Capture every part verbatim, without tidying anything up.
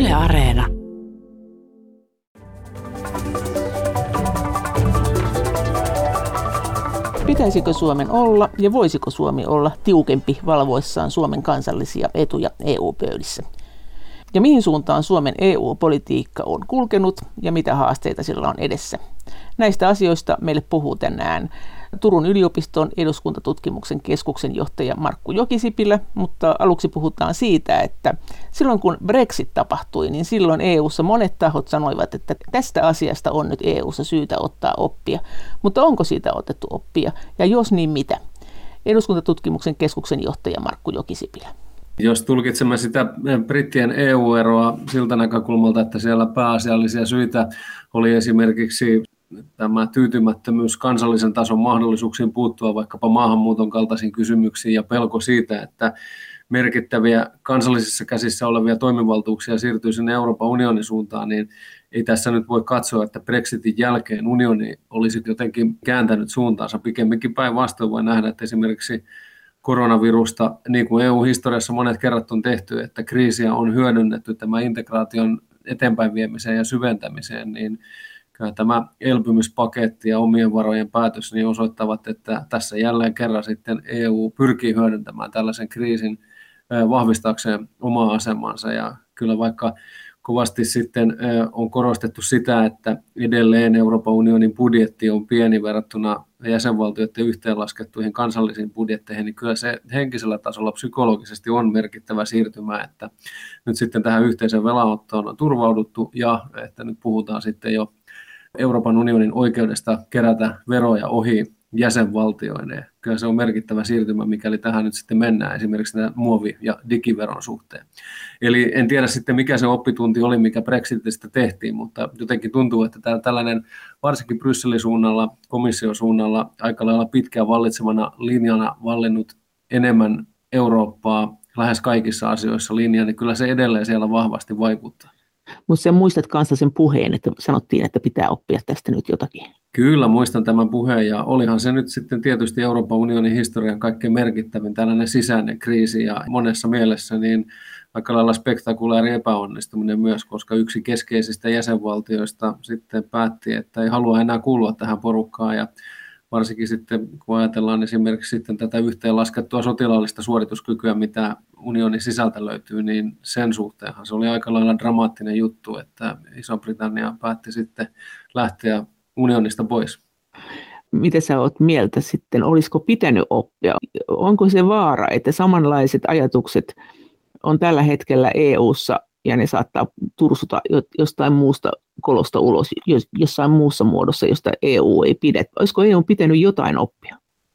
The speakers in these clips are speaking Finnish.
Yle Areena. Pitäisikö Suomen olla ja voisiko Suomi olla tiukempi valvoissaan Suomen kansallisia etuja E U-pöydissä? Ja mihin suuntaan Suomen E U-politiikka on kulkenut ja mitä haasteita sillä on edessä? Näistä asioista meille puhuu tänään Turun yliopiston eduskuntatutkimuksen keskuksen johtaja Markku Jokisipilä, mutta aluksi puhutaan siitä, että silloin kun Brexit tapahtui, niin silloin E U:ssa monet tahot sanoivat, että tästä asiasta on nyt E U:ssa syytä ottaa oppia. Mutta onko siitä otettu oppia ja jos niin mitä? Eduskuntatutkimuksen keskuksen johtaja Markku Jokisipilä. Jos tulkitsemme sitä brittien E U-eroa siltä näkökulmalta, että siellä pääasiallisia syitä oli esimerkiksi tämä tyytymättömyys kansallisen tason mahdollisuuksiin puuttua vaikkapa maahanmuuton kaltaisiin kysymyksiin ja pelko siitä, että merkittäviä kansallisissa käsissä olevia toimivaltuuksia siirtyy sinne Euroopan unionin suuntaan, niin ei tässä nyt voi katsoa, että Brexitin jälkeen unioni olisi jotenkin kääntänyt suuntaansa. Pikemminkin päinvastoin voi nähdä, että esimerkiksi koronavirusta, niin kuin E U-historiassa monet kerrat on tehty, että kriisiä on hyödynnetty tämän integraation eteenpäin viemiseen ja syventämiseen, niin tämä elpymispaketti ja omien varojen päätös niin osoittavat, että tässä jälleen kerran sitten E U pyrkii hyödyntämään tällaisen kriisin vahvistaakseen omaa asemansa. Ja kyllä vaikka kovasti sitten on korostettu sitä, että edelleen Euroopan unionin budjetti on pieni verrattuna jäsenvaltioiden yhteenlaskettuihin kansallisiin budjetteihin, niin kyllä se henkisellä tasolla psykologisesti on merkittävä siirtymä, että nyt sitten tähän yhteisen velanottoon on turvauduttu ja että nyt puhutaan sitten jo Euroopan unionin oikeudesta kerätä veroja ohi jäsenvaltioineen. Kyllä se on merkittävä siirtymä, mikäli tähän nyt sitten mennään, esimerkiksi muovi- ja digiveron suhteen. Eli en tiedä sitten, mikä se oppitunti oli, mikä Brexitistä tehtiin, mutta jotenkin tuntuu, että tällainen varsinkin Brysselin suunnalla, komission suunnalla aika lailla pitkään vallitsevana linjana vallinnut enemmän Eurooppaa lähes kaikissa asioissa linja, niin kyllä se edelleen siellä vahvasti vaikuttaa. Mutta sä muistat kanssa sen puheen, että sanottiin, että pitää oppia tästä nyt jotakin. Kyllä, muistan tämän puheen ja olihan se nyt sitten tietysti Euroopan unionin historian kaikkein merkittävin tällainen sisäinen kriisi ja monessa mielessä niin aika lailla spektakuläari epäonnistuminen myös, koska yksi keskeisistä jäsenvaltioista sitten päätti, että ei halua enää kuulua tähän porukkaan ja varsinkin sitten, kun ajatellaan esimerkiksi sitten tätä yhteenlaskettua sotilaallista suorituskykyä, mitä unionin sisältä löytyy, niin sen suhteenhan se oli aika lailla dramaattinen juttu, että Iso-Britannia päätti sitten lähteä unionista pois. Miten sä oot mieltä sitten? Olisiko pitänyt oppia? Onko se vaara, että samanlaiset ajatukset on tällä hetkellä E U:ssa ja ne saattaa tursuta jostain muusta kolosta ulos, jossain muussa muodossa, josta E U ei pidä? Olisiko E U pitänyt jotain oppia?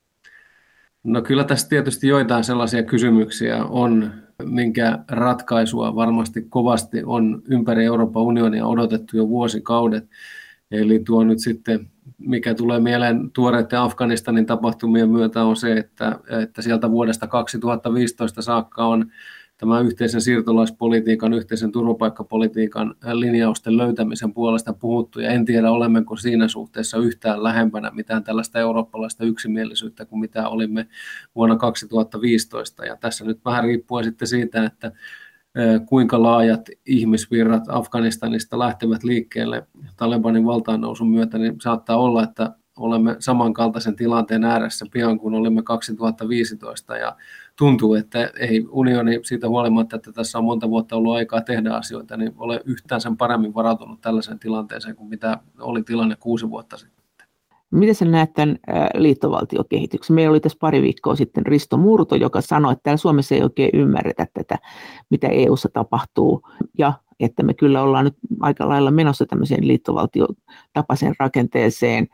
No kyllä tässä tietysti joitain sellaisia kysymyksiä on, minkä ratkaisua varmasti kovasti on ympäri Euroopan unionia odotettu jo vuosikaudet. Eli tuo nyt sitten, mikä tulee mieleen tuoreiden Afganistanin tapahtumien myötä on se, että, että sieltä vuodesta kaksituhattaviisitoista saakka on tämä yhteisen siirtolaispolitiikan, yhteisen turvapaikkapolitiikan linjausten löytämisen puolesta puhuttu, ja en tiedä olemmeko siinä suhteessa yhtään lähempänä mitään tällaista eurooppalaista yksimielisyyttä kuin mitä olimme vuonna kaksituhattaviisitoista, ja tässä nyt vähän riippuu sitten siitä, että kuinka laajat ihmisvirrat Afganistanista lähtevät liikkeelle Talebanin valtaannousun myötä, niin saattaa olla, että olemme samankaltaisen tilanteen ääressä pian kuin olimme kaksituhattaviisitoista ja tuntuu, että ei unioni siitä huolimatta, että tässä on monta vuotta ollut aikaa tehdä asioita, niin ole yhtään sen paremmin varautunut tällaiseen tilanteeseen kuin mitä oli tilanne kuusi vuotta sitten. Miten sä näet tämän liittovaltiokehityksen? Meillä oli tässä pari viikkoa sitten Risto Murto, joka sanoi, että täällä Suomessa ei oikein ymmärretä tätä, mitä E U:ssa tapahtuu, ja että me kyllä ollaan nyt aika lailla menossa tämmöiseen liittovaltiotapaiseen rakenteeseen.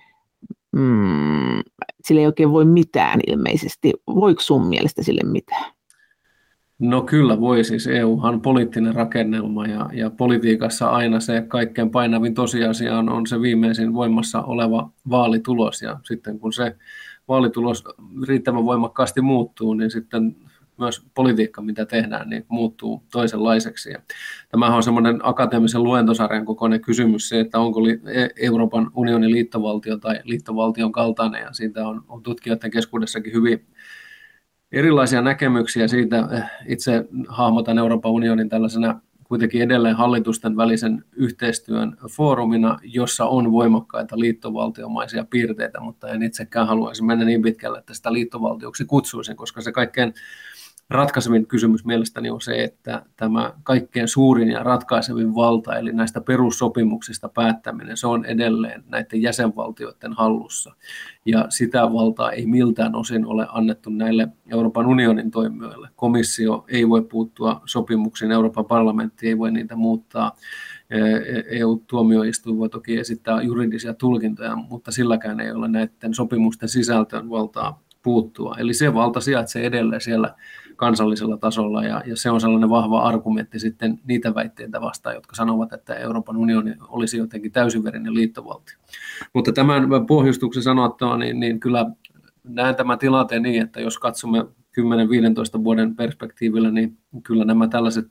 Hmm, sille ei oikein voi mitään ilmeisesti. Voiko sun mielestä sille mitään? No kyllä voi, siis E Uhan on poliittinen rakennelma ja, ja politiikassa aina se kaikkein painavin tosiasia on, on se viimeisin voimassa oleva vaalitulos, ja sitten kun se vaalitulos riittävän voimakkaasti muuttuu, niin sitten myös politiikka, mitä tehdään, niin muuttuu toisenlaiseksi. Ja tämähän on semmoinen akateemisen luentosarjan kokoinen kysymys se, että onko Euroopan unionin liittovaltio tai liittovaltion kaltainen, ja siitä on, on tutkijoiden keskuudessakin hyvin erilaisia näkemyksiä siitä. Itse hahmotan Euroopan unionin tällaisena kuitenkin edelleen hallitusten välisen yhteistyön foorumina, jossa on voimakkaita liittovaltiomaisia piirteitä, mutta en itsekään haluaisi mennä niin pitkälle, että sitä liittovaltioksi kutsuisin, koska se kaikkein ratkaisevin kysymys mielestäni on se, että tämä kaikkein suurin ja ratkaisevin valta, eli näistä perussopimuksista päättäminen, se on edelleen näiden jäsenvaltioiden hallussa. Ja sitä valtaa ei miltään osin ole annettu näille Euroopan unionin toimijoille. Komissio ei voi puuttua sopimuksiin, Euroopan parlamentti ei voi niitä muuttaa. E U-tuomioistuin voi toki esittää juridisia tulkintoja, mutta silläkään ei ole näiden sopimusten sisältöön valtaa puuttua. Eli se valta sijaitsee edelleen siellä kansallisella tasolla, ja, ja se on sellainen vahva argumentti sitten niitä väitteitä vastaan, jotka sanovat, että Euroopan unioni olisi jotenkin täysiverinen liittovaltio. Mutta tämän pohjustuksen sanottua, niin, niin kyllä näen tämän tilanteen niin, että jos katsomme kymmenen viisitoista vuoden perspektiivillä, niin kyllä nämä tällaiset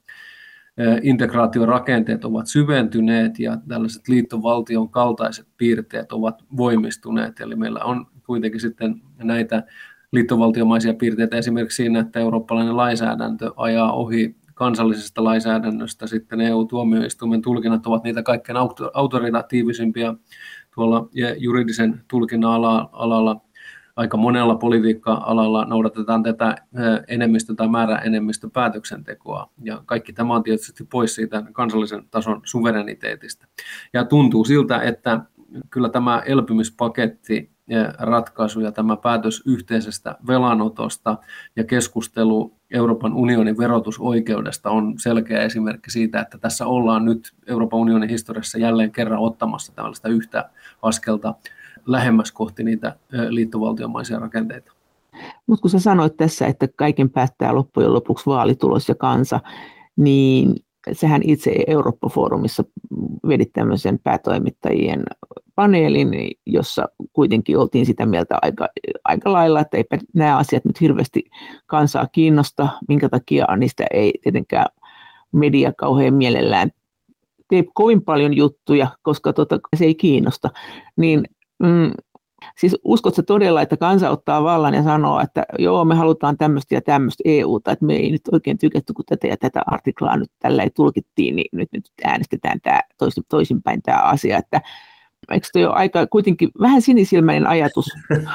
integraatiorakenteet ovat syventyneet ja tällaiset liittovaltion kaltaiset piirteet ovat voimistuneet, eli meillä on kuitenkin sitten näitä liittovaltiomaisia piirteitä esimerkiksi siinä, että eurooppalainen lainsäädäntö ajaa ohi kansallisesta lainsäädännöstä, sitten E U-tuomioistuimen tulkinnat ovat niitä kaikkein autoritatiivisimpia tuolla juridisen tulkinnan alalla. Aika monella politiikka-alalla noudatetaan tätä enemmistö- tai määräenemmistöpäätöksentekoa, ja kaikki tämä on tietysti pois siitä kansallisen tason suvereniteetista. Ja tuntuu siltä, että kyllä tämä elpymispaketti ratkaisu ja tämä päätös yhteisestä velanotosta ja keskustelu Euroopan unionin verotusoikeudesta on selkeä esimerkki siitä, että tässä ollaan nyt Euroopan unionin historiassa jälleen kerran ottamassa tällaista yhtä askelta lähemmäs kohti niitä liittovaltiomaisia rakenteita. Mutta kun sä sanoit tässä, että kaiken päättää loppujen lopuksi vaalitulos ja kansa, niin sähän itse Eurooppa-foorumissa vedit tämmöisen päätoimittajien paneelin, jossa kuitenkin oltiin sitä mieltä aika, aika lailla, että eipä nämä asiat nyt hirveästi kansaa kiinnosta, minkä takia niistä ei tietenkään media kauhean mielellään tee kovin paljon juttuja, koska tota, se ei kiinnosta. Niin, mm, siis uskotko todella, että kansa ottaa vallan ja sanoo, että joo, me halutaan tämmöistä ja tämmöistä E U:ta, että me ei nyt oikein tykätty, kun tätä ja tätä artiklaa nyt tällä ei tulkittiin, niin nyt, nyt äänestetään tämä toisin, toisinpäin tämä asia, että eikö tuo ole aika kuitenkin vähän sinisilmäinen ajatus?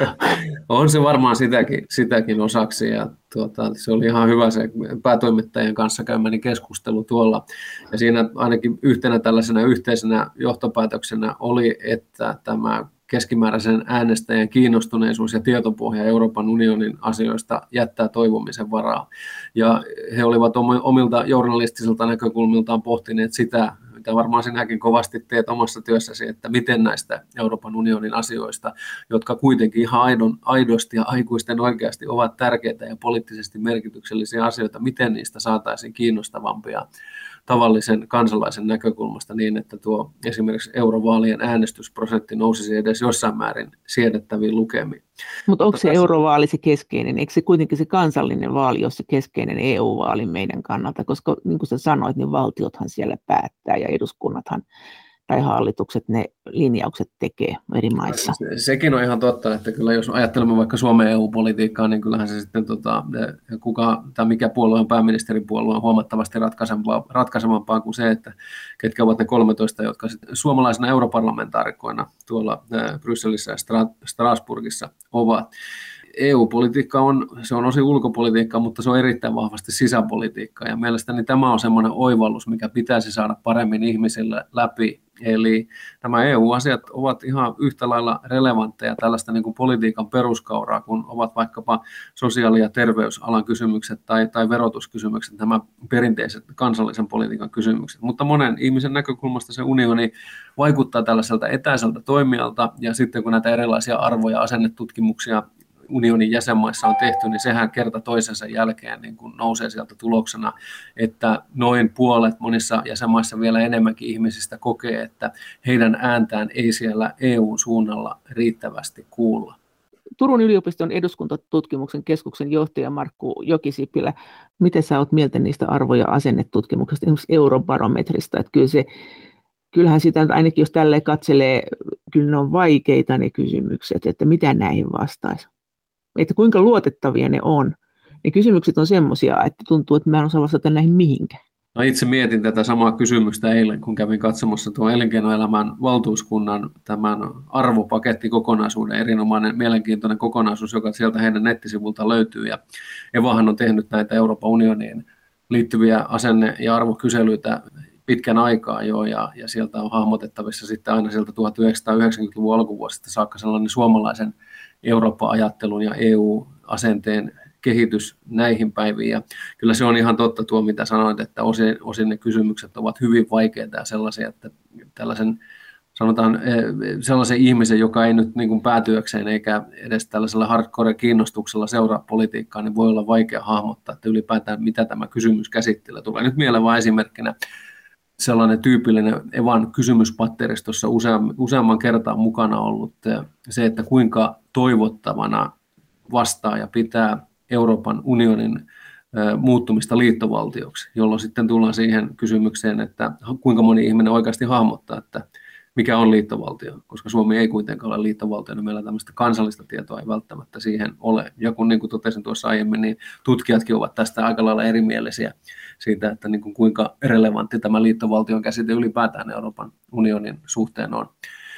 On se varmaan sitäkin, sitäkin osaksi, ja tuota, se oli ihan hyvä se päätoimittajien kanssa käymäni keskustelu tuolla. Ja siinä ainakin yhtenä tällaisena yhteisenä johtopäätöksenä oli, että tämä keskimääräisen äänestäjän kiinnostuneisuus ja tietopohja Euroopan unionin asioista jättää toivomisen varaa. Ja he olivat omilta journalistisilta näkökulmiltaan pohtineet sitä, mitä varmaan sinäkin kovasti teet omassa työssäsi, että miten näistä Euroopan unionin asioista, jotka kuitenkin ihan aidon, aidosti ja aikuisten oikeasti ovat tärkeitä ja poliittisesti merkityksellisiä asioita, miten niistä saataisiin kiinnostavampia tavallisen kansalaisen näkökulmasta niin, että tuo esimerkiksi eurovaalien äänestysprosentti nousisi edes jossain määrin siedettäviin lukemiin. Mutta onko se eurovaali se keskeinen? Eikö se kuitenkin se kansallinen vaali ole se keskeinen E U-vaali meidän kannalta? Koska niin kuin sä sanoit, niin valtiothan siellä päättää ja eduskunnathan tai hallitukset ne linjaukset tekee eri maissa. Sekin on ihan totta, että kyllä jos ajattelemme vaikka Suomen E U-politiikkaa, niin kyllähän se sitten, tota, kuka tai mikä puolue on pääministeripuolue on huomattavasti ratkaisevampaa, ratkaisevampaa kuin se, että ketkä ovat ne kolmetoista, jotka sitten suomalaisina europarlamentaarikkoina tuolla Brysselissä ja Strasbourgissa ovat. E U-politiikka on, se on osin ulkopolitiikkaa, mutta se on erittäin vahvasti sisäpolitiikkaa, ja mielestäni tämä on semmoinen oivallus, mikä pitäisi saada paremmin ihmisille läpi. Eli nämä E U-asiat ovat ihan yhtä lailla relevantteja tällaista niin kuin politiikan peruskauraa, kun ovat vaikkapa sosiaali- ja terveysalan kysymykset tai, tai verotuskysymykset, nämä perinteiset kansallisen politiikan kysymykset. Mutta monen ihmisen näkökulmasta se unioni vaikuttaa tällaiselta etäiseltä toimijalta, ja sitten kun näitä erilaisia arvoja ja asennetutkimuksia unionin jäsenmaissa on tehty, niin sehän kerta toisensa jälkeen niin kun nousee sieltä tuloksena, että noin puolet monissa jäsenmaissa vielä enemmänkin ihmisistä kokee, että heidän ääntään ei siellä E U:n suunnalla riittävästi kuulla. Turun yliopiston eduskuntatutkimuksen keskuksen johtaja Markku Jokisipilä, miten sä oot mieltä niistä arvo- ja asennetutkimuksista, esimerkiksi eurobarometrista, että kyllä se Kyllähän sitä ainakin, jos tälleen katselee, kyllä ne on vaikeita ne kysymykset, että mitä näihin vastaisi. Että kuinka luotettavia ne on. Ne kysymykset on semmoisia, että tuntuu, että mä en osaa vastata näihin mihinkään. No itse mietin tätä samaa kysymystä eilen, kun kävin katsomassa tuon elinkeinoelämän valtuuskunnan tämän arvopakettikokonaisuuden, erinomainen mielenkiintoinen kokonaisuus, joka sieltä heidän nettisivulta löytyy. Ja Evahan on tehnyt näitä Euroopan unioniin liittyviä asenne- ja arvokyselyitä pitkän aikaa jo, ja, ja sieltä on hahmotettavissa sitten aina sieltä tuhatyhdeksänsataayhdeksänkymmentäluvun alkuvuosista saakka sellainen suomalaisen Eurooppa-ajattelun ja E U-asenteen kehitys näihin päiviin. Ja kyllä se on ihan totta tuo, mitä sanoit, että osin, osin ne kysymykset ovat hyvin vaikeita ja sellaisia, että tällaisen, sanotaan, sellaisen ihmisen, joka ei nyt niin kuin päätyökseen eikä edes tällaisella hardcore-kiinnostuksella seuraa politiikkaa, niin voi olla vaikea hahmottaa, että ylipäätään mitä tämä kysymys käsittelee. Tulee nyt mieleen vain esimerkkinä sellainen tyypillinen Evan kysymyspatteristossa useamman kertaan mukana ollut se, että kuinka toivottavana vastaa ja pitää Euroopan unionin muuttumista liittovaltioksi, jolloin sitten tullaan siihen kysymykseen, että kuinka moni ihminen oikeasti hahmottaa, että mikä on liittovaltio, koska Suomi ei kuitenkaan ole liittovaltio, niin meillä tämmöistä kansallista tietoa ei välttämättä siihen ole. Ja kun niin kuin totesin tuossa aiemmin, niin tutkijatkin ovat tästä aika lailla erimielisiä siitä, että niin kuin kuinka relevantti tämä liittovaltion käsite ylipäätään Euroopan unionin suhteen on.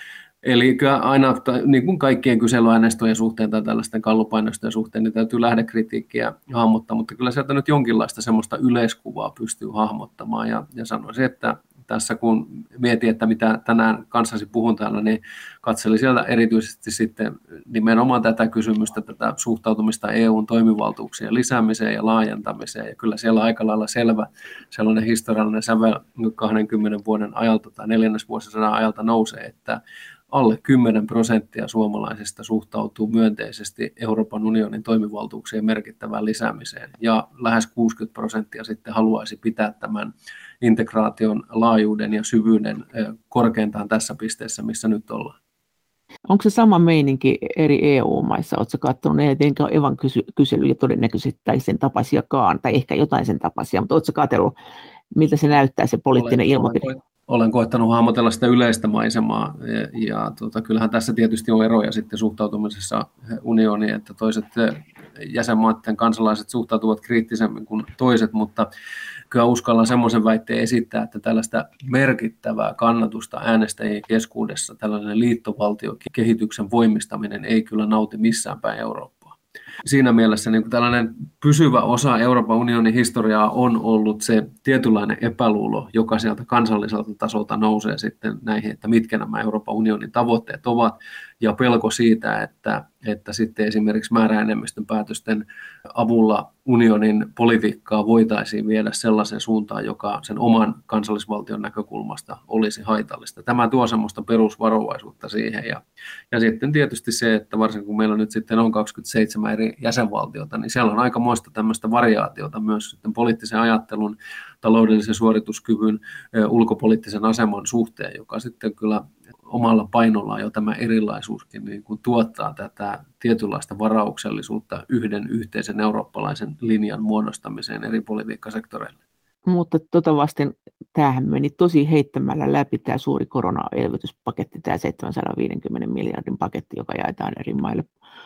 Eli aina niin kuin kaikkien kyselyaineistojen suhteen tai tällaisten kallupaineistojen suhteen, niin täytyy lähdekritiikkiä hahmottaa, mutta kyllä sieltä nyt jonkinlaista semmoista yleiskuvaa pystyy hahmottamaan. Ja, ja sanoisin, että tässä kun mietin, että mitä tänään kanssasi puhun täällä, niin katselin sieltä erityisesti sitten nimenomaan tätä kysymystä, tätä suhtautumista E U:n toimivaltuuksien lisäämiseen ja laajentamiseen. Ja kyllä siellä aika lailla selvä sellainen historiallinen sävel kahdenkymmenen vuoden ajalta tai neljännesvuosisadan ajalta nousee, että alle kymmenen prosenttia suomalaisista suhtautuu myönteisesti Euroopan unionin toimivaltuuksien merkittävään lisäämiseen ja lähes kuusikymmentä prosenttia sitten haluaisi pitää tämän integraation laajuuden ja syvyyden korkeintaan tässä pisteessä, missä nyt ollaan. Onko se sama meininki eri E U-maissa? Oletko katsonut, ne etenkä Evan kysy- kyselyjä todennäköisesti tai sen tapaisiakaan, tai ehkä jotain sen tapaisia, mutta oletko katsellut, miltä se näyttää se poliittinen ilmapiiri? Olen koettanut hahmotella sitä yleistä maisemaa, ja, ja tuota, kyllähän tässä tietysti on eroja sitten suhtautumisessa unioniin, että toiset jäsenmaiden kansalaiset suhtautuvat kriittisemmin kuin toiset, mutta kyllä uskallan semmoisen väitteen esittää, että tällaista merkittävää kannatusta äänestäjien keskuudessa, tällainen liittovaltiokehityksen voimistaminen ei kyllä nauti missään päin Eurooppaa. Siinä mielessä niin kuin tällainen pysyvä osa Euroopan unionin historiaa on ollut se tietynlainen epäluulo, joka sieltä kansalliselta tasolta nousee sitten näihin, että mitkä nämä Euroopan unionin tavoitteet ovat, ja pelko siitä, että, että sitten esimerkiksi määräenemmistön päätösten avulla unionin politiikkaa voitaisiin viedä sellaisen suuntaan, joka sen oman kansallisvaltion näkökulmasta olisi haitallista. Tämä tuo semmoista perusvarovaisuutta siihen, ja, ja sitten tietysti se, että varsinkin kun meillä nyt sitten on kaksikymmentäseitsemän eri jäsenvaltiota, niin siellä on aikamoista tämmöistä variaatiota myös sitten poliittisen ajattelun, taloudellisen suorituskyvyn, ulkopoliittisen aseman suhteen, joka sitten kyllä omalla painollaan jo tämä erilaisuuskin niin kuin tuottaa tätä tietynlaista varauksellisuutta yhden yhteisen eurooppalaisen linjan muodostamiseen eri politiikkasektoreille. Mutta tota vasten tämähän meni tosi heittämällä läpi tämä suuri koronaelvytyspaketti, tämä seitsemänsataaviisikymmentä miljardin paketti, joka jaetaan eri maille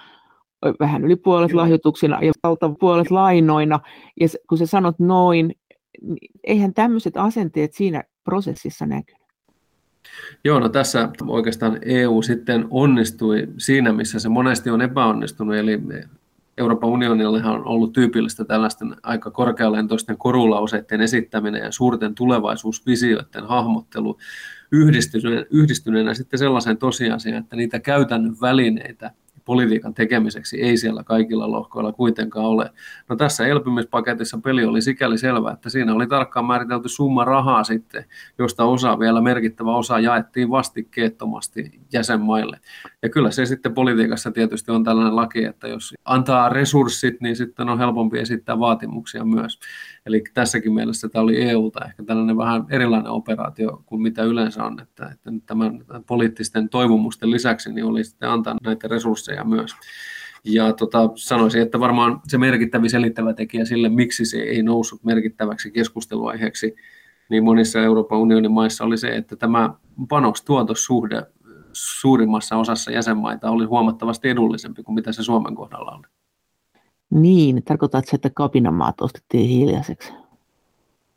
vähän yli puolet lahjoituksina ja valtapuolet lainoina. Ja kun sä sanot noin, niin eihän tämmöiset asenteet siinä prosessissa näkynyt. Joo, no tässä oikeastaan E U sitten onnistui siinä, missä se monesti on epäonnistunut, eli Euroopan unionillehan on ollut tyypillistä tällaisten aika korkealentoisten korulauseiden esittäminen ja suurten tulevaisuusvisioiden hahmottelu yhdistyneenä, yhdistyneenä sitten sellaiseen tosiasiaan, että niitä käytännön välineitä politiikan tekemiseksi ei siellä kaikilla lohkoilla kuitenkaan ole. No tässä elpymispaketissa peli oli sikäli selvä, että siinä oli tarkkaan määritelty summa rahaa sitten, josta osa vielä merkittävä osa jaettiin vastikkeettomasti jäsenmaille. Ja kyllä se sitten politiikassa tietysti on tällainen laki, että jos antaa resurssit, niin sitten on helpompi esittää vaatimuksia myös. Eli tässäkin mielessä tämä oli E U:lta ehkä tällainen vähän erilainen operaatio kuin mitä yleensä on, että, että tämän poliittisten toivomusten lisäksi niin oli sitten antaa näitä resursseja myös. Ja tota, sanoisin, että varmaan se merkittävin selittävä tekijä sille, miksi se ei noussut merkittäväksi keskusteluaiheeksi, niin monissa Euroopan unionin maissa oli se, että tämä panos-tuotossuhde suurimmassa osassa jäsenmaita oli huomattavasti edullisempi kuin mitä se Suomen kohdalla oli. Niin, tarkoitatko, että kapinamaat ostettiin hiljaiseksi?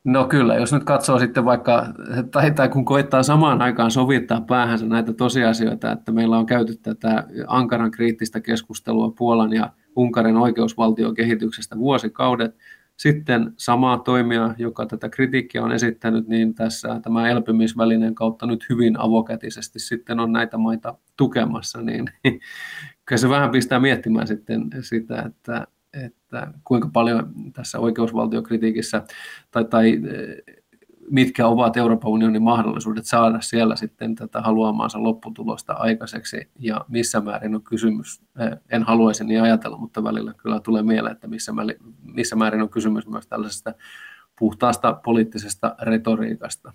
No kyllä, jos nyt katsoo sitten vaikka, tai, tai kun koittaa samaan aikaan sovittaa päähänsä näitä tosiasioita, että meillä on käyty tätä ankaran kriittistä keskustelua Puolan ja Unkarin oikeusvaltiokehityksestä vuosikaudet, sitten sama toimija, joka tätä kritiikkiä on esittänyt, niin tässä tämä elpymisvälineen kautta nyt hyvin avokätisesti sitten on näitä maita tukemassa, niin kyllä se vähän pistää miettimään sitten sitä, että että kuinka paljon tässä oikeusvaltiokritiikissä tai, tai mitkä ovat Euroopan unionin mahdollisuudet saada siellä sitten tätä haluamaansa lopputulosta aikaiseksi ja missä määrin on kysymys, en haluaisi niin ajatella, mutta välillä kyllä tulee mieleen, että missä, missä määrin on kysymys myös tällaisesta puhtaasta poliittisesta retoriikasta.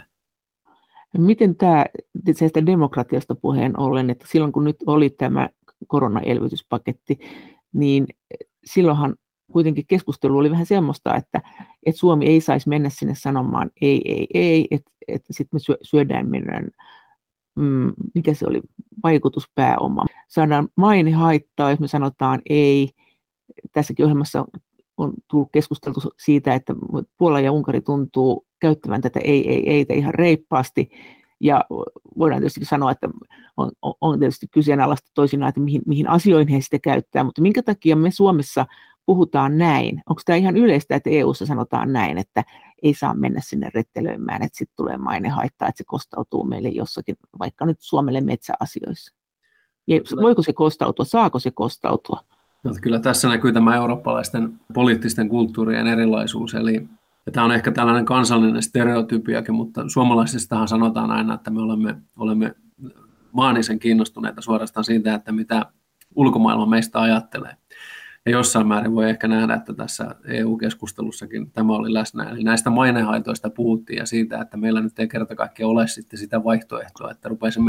Miten tämä demokratiasta puheen ollen, että silloin kun nyt oli tämä koronaelvytyspaketti, niin silloinhan kuitenkin keskustelu oli vähän semmoista, että, että Suomi ei saisi mennä sinne sanomaan ei, ei, ei, että, että sitten me syödään meidän, mm, mikä se oli, vaikutuspääoma. Saadaan mainehaittaa, jos me sanotaan ei. Tässäkin ohjelmassa on tullut keskusteltu siitä, että Puola ja Unkari tuntuu käyttävän tätä ei, ei, ei ihan reippaasti. Ja voidaan tietysti sanoa, että on, on tietysti kyseenalaista toisinaan, että mihin, mihin asioihin he sitä käyttää, mutta minkä takia me Suomessa puhutaan näin? Onko tämä ihan yleistä, että E U:ssa sanotaan näin, että ei saa mennä sinne rettelöimään, että sitten tulee mainehaittaa, että se kostautuu meille jossakin, vaikka nyt Suomelle metsäasioissa? Ja voiko se kostautua, saako se kostautua? No, kyllä tässä näkyy tämä eurooppalaisten poliittisten kulttuurien erilaisuus, eli ja tämä on ehkä tällainen kansallinen stereotypiakin, mutta suomalaisistahan sanotaan aina, että me olemme, olemme maanisen kiinnostuneita suorastaan siitä, että mitä ulkomaailma meistä ajattelee. Ja jossain määrin voi ehkä nähdä, että tässä E U-keskustelussakin tämä oli läsnä. Eli näistä mainehaitoista puhuttiin ja siitä, että meillä nyt ei kerta kaikkiaan ole sitten sitä vaihtoehtoa, että rupeisimme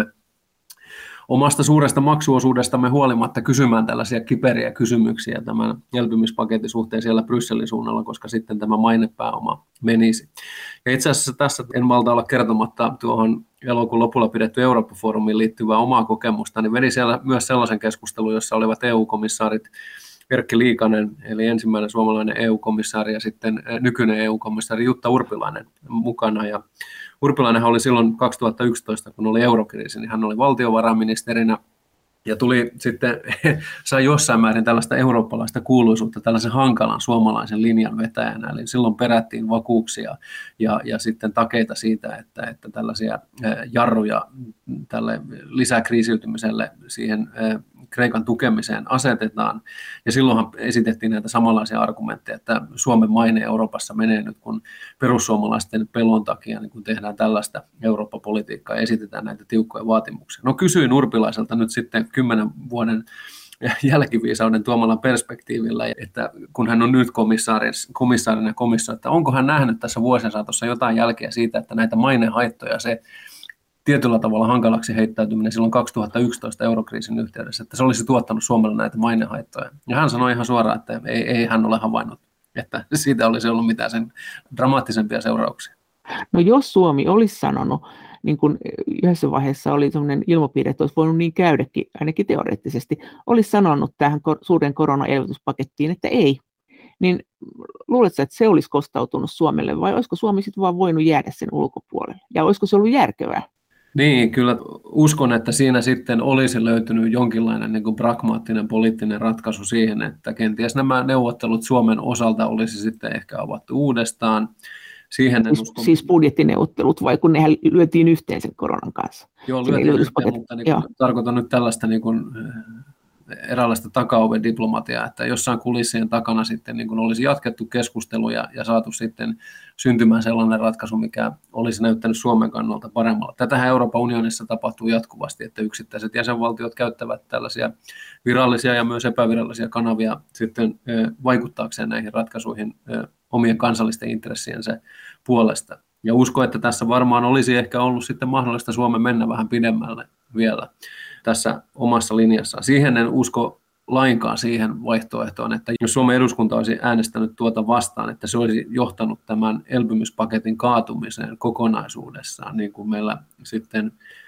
omasta suuresta maksuosuudestamme huolimatta kysymään tällaisia kiperiä kysymyksiä tämän elpymispaketin suhteen siellä Brysselin suunnalla, koska sitten tämä mainepääoma menisi. Ja itse asiassa tässä en malta olla kertomatta tuohon elokuun lopulla pidetty Eurooppa-foorumiin liittyvää omaa kokemusta, niin vedin siellä myös sellaisen keskustelun, jossa olivat E U-komissaarit Erkki Liikanen, eli ensimmäinen suomalainen E U-komissaari ja sitten nykyinen E U-komissaari Jutta Urpilainen mukana. Ja Urpilainenhan oli silloin kaksituhattayksitoista, kun oli eurokriisi, niin hän oli valtiovarainministerinä ja tuli sitten, sai jossain määrin tällaista eurooppalaista kuuluisuutta tällaisen hankalan suomalaisen linjan vetäjänä. Eli silloin perättiin vakuuksia ja, ja sitten takeita siitä, että, että tällaisia jarruja tälle lisäkriisiytymiselle siihen Kreikan tukemiseen asetetaan. Ja silloinhan esitettiin näitä samanlaisia argumentteja, että Suomen maine Euroopassa menee nyt, kun perussuomalaisten pelon takia niin kun tehdään tällaista Eurooppa-politiikkaa ja esitetään näitä tiukkoja vaatimuksia. No kysyin Urpilaiselta nyt sitten kymmenen vuoden jälkiviisauden tuomalla perspektiivillä, että kun hän on nyt komissaarina komissio, että onko hän nähnyt tässä vuosien saatossa jotain jälkeä siitä, että näitä mainehaittoja se tietyllä tavalla hankalaksi heittäytyminen silloin kaksituhattayksitoista eurokriisin yhteydessä, että se olisi tuottanut Suomelle näitä mainehaittoja. Ja hän sanoi ihan suoraan, että ei, ei hän ole havainnut, että siitä olisi ollut mitään sen dramaattisempia seurauksia. No jos Suomi olisi sanonut, niin kuin yhdessä vaiheessa oli sellainen ilmapiiri, että olisi voinut niin käydäkin, ainakin teoreettisesti, olisi sanonut tähän suuren koronaelvytyspakettiin, että ei, niin luuletko, että se olisi kostautunut Suomelle, vai olisiko Suomi sitten vaan voinut jäädä sen ulkopuolelle? Ja olisiko se ollut järkevää? Niin, kyllä uskon, että siinä sitten olisi löytynyt jonkinlainen niin kuin pragmaattinen poliittinen ratkaisu siihen, että kenties nämä neuvottelut Suomen osalta olisi sitten ehkä avattu uudestaan. Siihen en siis, usko... siis budjettineuvottelut, vai kun nehän lyötiin yhteen sen koronan kanssa? Joo, lyötiin yhteen, mutta niin kuin, tarkoitan nyt tällaista niin kuin, eräänlaista takaoven diplomatiaa, että jossain kulissien takana sitten niin kuin olisi jatkettu keskusteluja ja saatu sitten syntymään sellainen ratkaisu, mikä olisi näyttänyt Suomen kannalta paremmalla. Tätähän Euroopan unionissa tapahtuu jatkuvasti, että yksittäiset jäsenvaltiot käyttävät tällaisia virallisia ja myös epävirallisia kanavia sitten vaikuttaakseen näihin ratkaisuihin omien kansallisten intressiensä puolesta. Ja uskon, että tässä varmaan olisi ehkä ollut sitten mahdollista Suomen mennä vähän pidemmälle vielä tässä omassa linjassaan. Siihen en usko lainkaan siihen vaihtoehtoon, että jos Suomen eduskunta olisi äänestänyt tuota vastaan, että se olisi johtanut tämän elpymispaketin kaatumiseen kokonaisuudessaan, niin kuin meillä sitten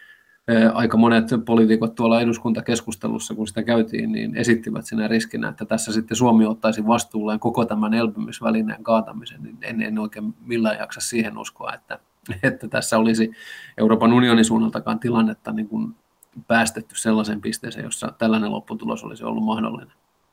aika monet poliitikot tuolla eduskuntakeskustelussa, kun sitä käytiin, niin esittivät sinä riskinä, että tässä sitten Suomi ottaisi vastuulleen koko tämän elpymisvälineen kaatamisen, niin en, en oikein millään jaksa siihen uskoa, että, että tässä olisi Euroopan unionin suunnaltakaan tilannetta niin kuin päästetty sellaiseen pisteeseen, jossa tällainen lopputulos olisi ollut mahdollinen.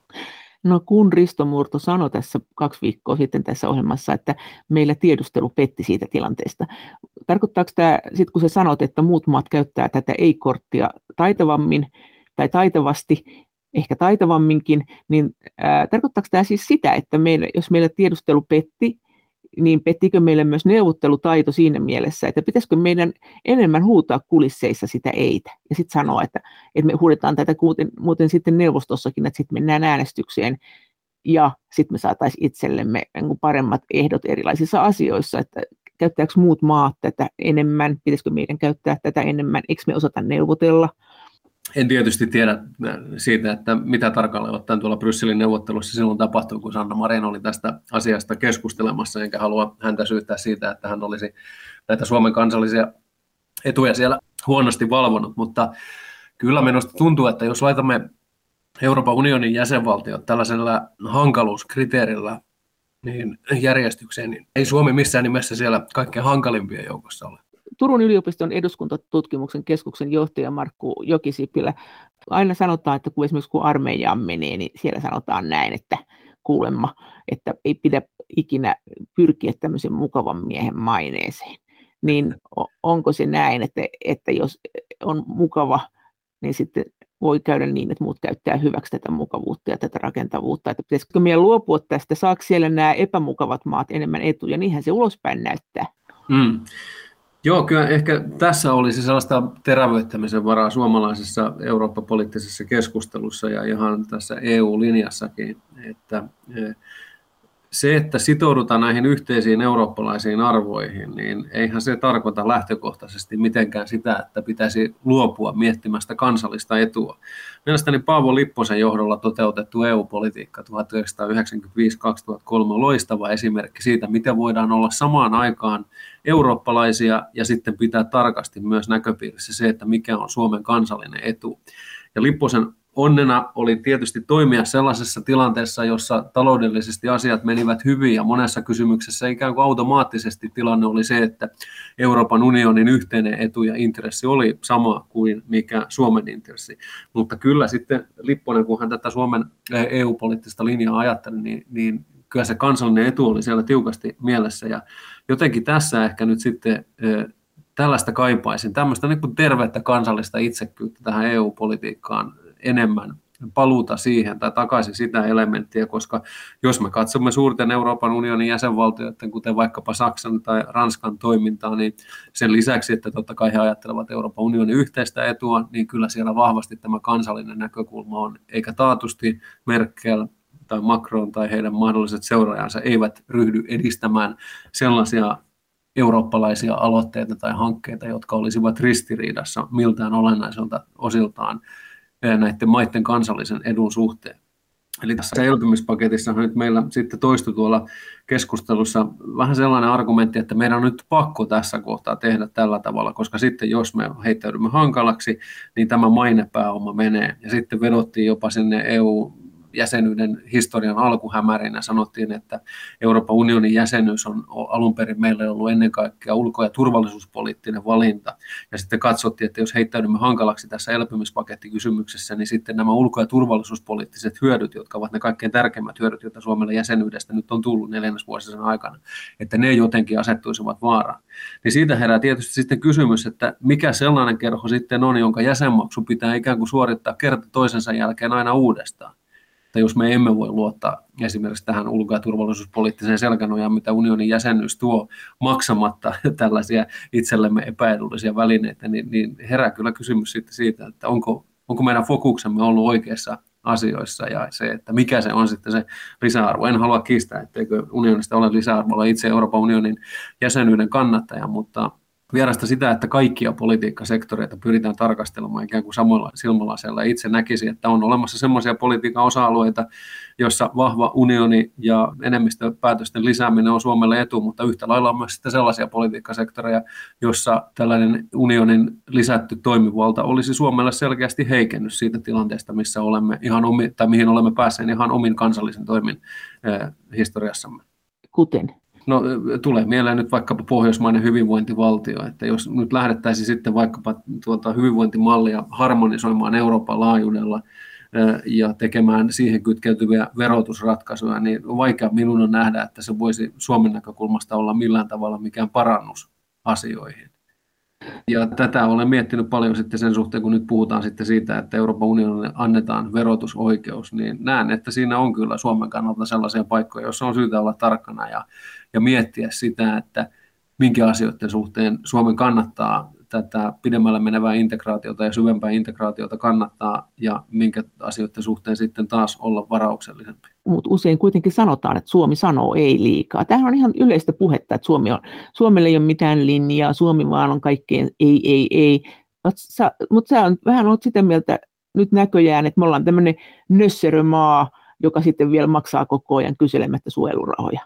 No kun Risto Murto sanoi tässä kaksi viikkoa sitten tässä ohjelmassa, että meillä tiedustelu petti siitä tilanteesta. Tarkoittaako tämä, sit kun sä sanot, että muut maat käyttää tätä ei-korttia taitavammin tai taitavasti, ehkä taitavamminkin, niin ää, tarkoittaako tämä siis sitä, että meillä, jos meillä tiedustelu petti, niin pettikö meille myös neuvottelutaito siinä mielessä, että pitäisikö meidän enemmän huutaa kulisseissa sitä eitä ja sitten sanoa, että, että me huudetaan tätä muuten, muuten sitten neuvostossakin, että sitten mennään äänestykseen ja sitten me saataisiin itsellemme paremmat ehdot erilaisissa asioissa, että käyttääkö muut maat tätä enemmän, pitäisikö meidän käyttää tätä enemmän, eikö me osata neuvotella? En tietysti tiedä siitä, että mitä tarkalleen ottaen tuolla Brysselin neuvottelussa silloin tapahtui, kun Sanna Marin oli tästä asiasta keskustelemassa, enkä halua häntä syyttää siitä, että hän olisi näitä Suomen kansallisia etuja siellä huonosti valvonut, mutta kyllä minusta tuntuu, että jos laitamme Euroopan unionin jäsenvaltiot tällaisella hankaluuskriteerillä niin järjestykseen, niin ei Suomi missään nimessä siellä kaikkein hankalimpien joukossa ole. Turun yliopiston eduskuntatutkimuksen keskuksen johtaja Markku Jokisipilä, aina sanotaan, että kun esimerkiksi kun armeijaan menee, niin siellä sanotaan näin, että kuulemma, että ei pidä ikinä pyrkiä tämmöisen mukavan miehen maineeseen. Niin onko se näin, että, että jos on mukava, niin sitten voi käydä niin, että muut käyttää hyväksi tätä mukavuutta ja tätä rakentavuutta, että pitäisikö meidän luopua tästä, saako siellä nämä epämukavat maat enemmän etuja, niinhän se ulospäin näyttää. Mm. Joo, kyllä ehkä tässä olisi sellaista terävöittämisen varaa suomalaisessa Eurooppa-poliittisessa keskustelussa ja ihan tässä E U-linjassakin, että se, että sitoudutaan näihin yhteisiin eurooppalaisiin arvoihin, niin eihän se tarkoita lähtökohtaisesti mitenkään sitä, että pitäisi luopua miettimästä kansallista etua. Mielestäni Paavo Lipposen johdolla toteutettu E U-politiikka tuhatyhdeksänsataayhdeksänkymmentäviisi kaksituhattakolme on loistava esimerkki siitä, miten voidaan olla samaan aikaan eurooppalaisia ja sitten pitää tarkasti myös näköpiirissä se, että mikä on Suomen kansallinen etu. Ja Lipposen onnena oli tietysti toimia sellaisessa tilanteessa, jossa taloudellisesti asiat menivät hyvin ja monessa kysymyksessä ikään kuin automaattisesti tilanne oli se, että Euroopan unionin yhteinen etu ja intressi oli sama kuin mikä Suomen intressi. Mutta kyllä sitten Lipponen, kun hän tätä Suomen E U-poliittista linjaa ajatteli, niin, niin kyllä se kansallinen etu oli siellä tiukasti mielessä ja jotenkin tässä ehkä nyt sitten tällaista kaipaisin, tämmöistä niin kuin tervettä kansallista itsekkyyttä tähän E U-politiikkaan enemmän paluuta siihen tai takaisin sitä elementtiä, koska jos me katsomme suurten Euroopan unionin jäsenvaltioiden, kuten vaikkapa Saksan tai Ranskan toimintaa, niin sen lisäksi, että totta kai he ajattelevat Euroopan unionin yhteistä etua, niin kyllä siellä vahvasti tämä kansallinen näkökulma on, eikä taatusti Merkel tai Macron tai heidän mahdolliset seuraajansa eivät ryhdy edistämään sellaisia eurooppalaisia aloitteita tai hankkeita, jotka olisivat ristiriidassa miltään olennaiselta osiltaan näiden maiden kansallisen edun suhteen. Eli tässä elpymispaketissa nyt meillä sitten toistui tuolla keskustelussa vähän sellainen argumentti, että meidän on nyt pakko tässä kohtaa tehdä tällä tavalla, koska sitten jos me heittäydymme hankalaksi, niin tämä mainepääoma menee. Ja sitten vedottiin jopa sinne E U-jäsenyyden historian alkuhämärin ja sanottiin, että Euroopan unionin jäsenyys on alun perin meillä ollut ennen kaikkea ulko- ja turvallisuuspoliittinen valinta. Ja sitten katsottiin, että jos heittäydymme hankalaksi tässä elpymispakettikysymyksessä, niin sitten nämä ulko- ja turvallisuuspoliittiset hyödyt, jotka ovat ne kaikkein tärkeimmät hyödyt, joita Suomelle jäsenyydestä nyt on tullut neljännesvuosisen aikana, että ne jotenkin asettuisivat vaaraan. Niin siitä herää tietysti sitten kysymys, että mikä sellainen kerho sitten on, jonka jäsenmaksu pitää ikään kuin suorittaa kerta toisensa jälkeen aina uudestaan. Jos me emme voi luottaa esimerkiksi tähän ulko- ja turvallisuuspoliittiseen selkänojaan, mitä unionin jäsenyys tuo maksamatta tällaisia itsellemme epäedullisia välineitä, niin, niin herää kyllä kysymys sitten siitä, että onko, onko meidän fokuksemme ollut oikeissa asioissa ja se, että mikä se on sitten se lisäarvo. En halua kiistää, etteikö unionista ole lisäarvolla itse Euroopan unionin jäsenyyden kannattaja, mutta vierasta sitä, että kaikkia politiikkasektoreita pyritään tarkastelemaan ikään kuin samalla silmälaseella. Itse näkisin, että on olemassa sellaisia politiikan osa-alueita, jossa vahva unioni ja enemmistöpäätösten lisääminen on Suomelle etu, mutta yhtä lailla on myös sitten sellaisia politiikkasektoreja, jossa tällainen unionin lisätty toimivalta olisi Suomelle selkeästi heikennys siitä tilanteesta, missä olemme ihan omi, tai mihin olemme päässeet ihan omin kansallisen toimin eh, historiassamme. Kuten? No, tulee mieleen nyt vaikkapa pohjoismainen hyvinvointivaltio, että jos nyt lähdettäisiin sitten vaikkapa tuota hyvinvointimallia harmonisoimaan Euroopan laajuudella ja tekemään siihen kytkeytyviä verotusratkaisuja, niin vaikea minun on nähdä, että se voisi Suomen näkökulmasta olla millään tavalla mikään parannus asioihin. Ja tätä olen miettinyt paljon sitten sen suhteen, kun nyt puhutaan sitten siitä, että Euroopan unionille annetaan verotusoikeus, niin näen, että siinä on kyllä Suomen kannalta sellaisia paikkoja, joissa on syytä olla tarkkana ja, ja miettiä sitä, että minkä asioiden suhteen Suomen kannattaa tätä pidemmälle menevää integraatiota ja syvempää integraatiota kannattaa ja minkä asioiden suhteen sitten taas olla varauksellisempi. Mutta usein kuitenkin sanotaan, että Suomi sanoo ei liikaa. Tämähän on ihan yleistä puhetta, että Suomi on, Suomella ei ole mitään linjaa, Suomi vaan on kaikkeen ei, ei, ei. Mutta sä on, vähän olet sitä mieltä nyt näköjään, että me ollaan tämmöinen nössörömaa, joka sitten vielä maksaa koko ajan kyselemättä suojelurahoja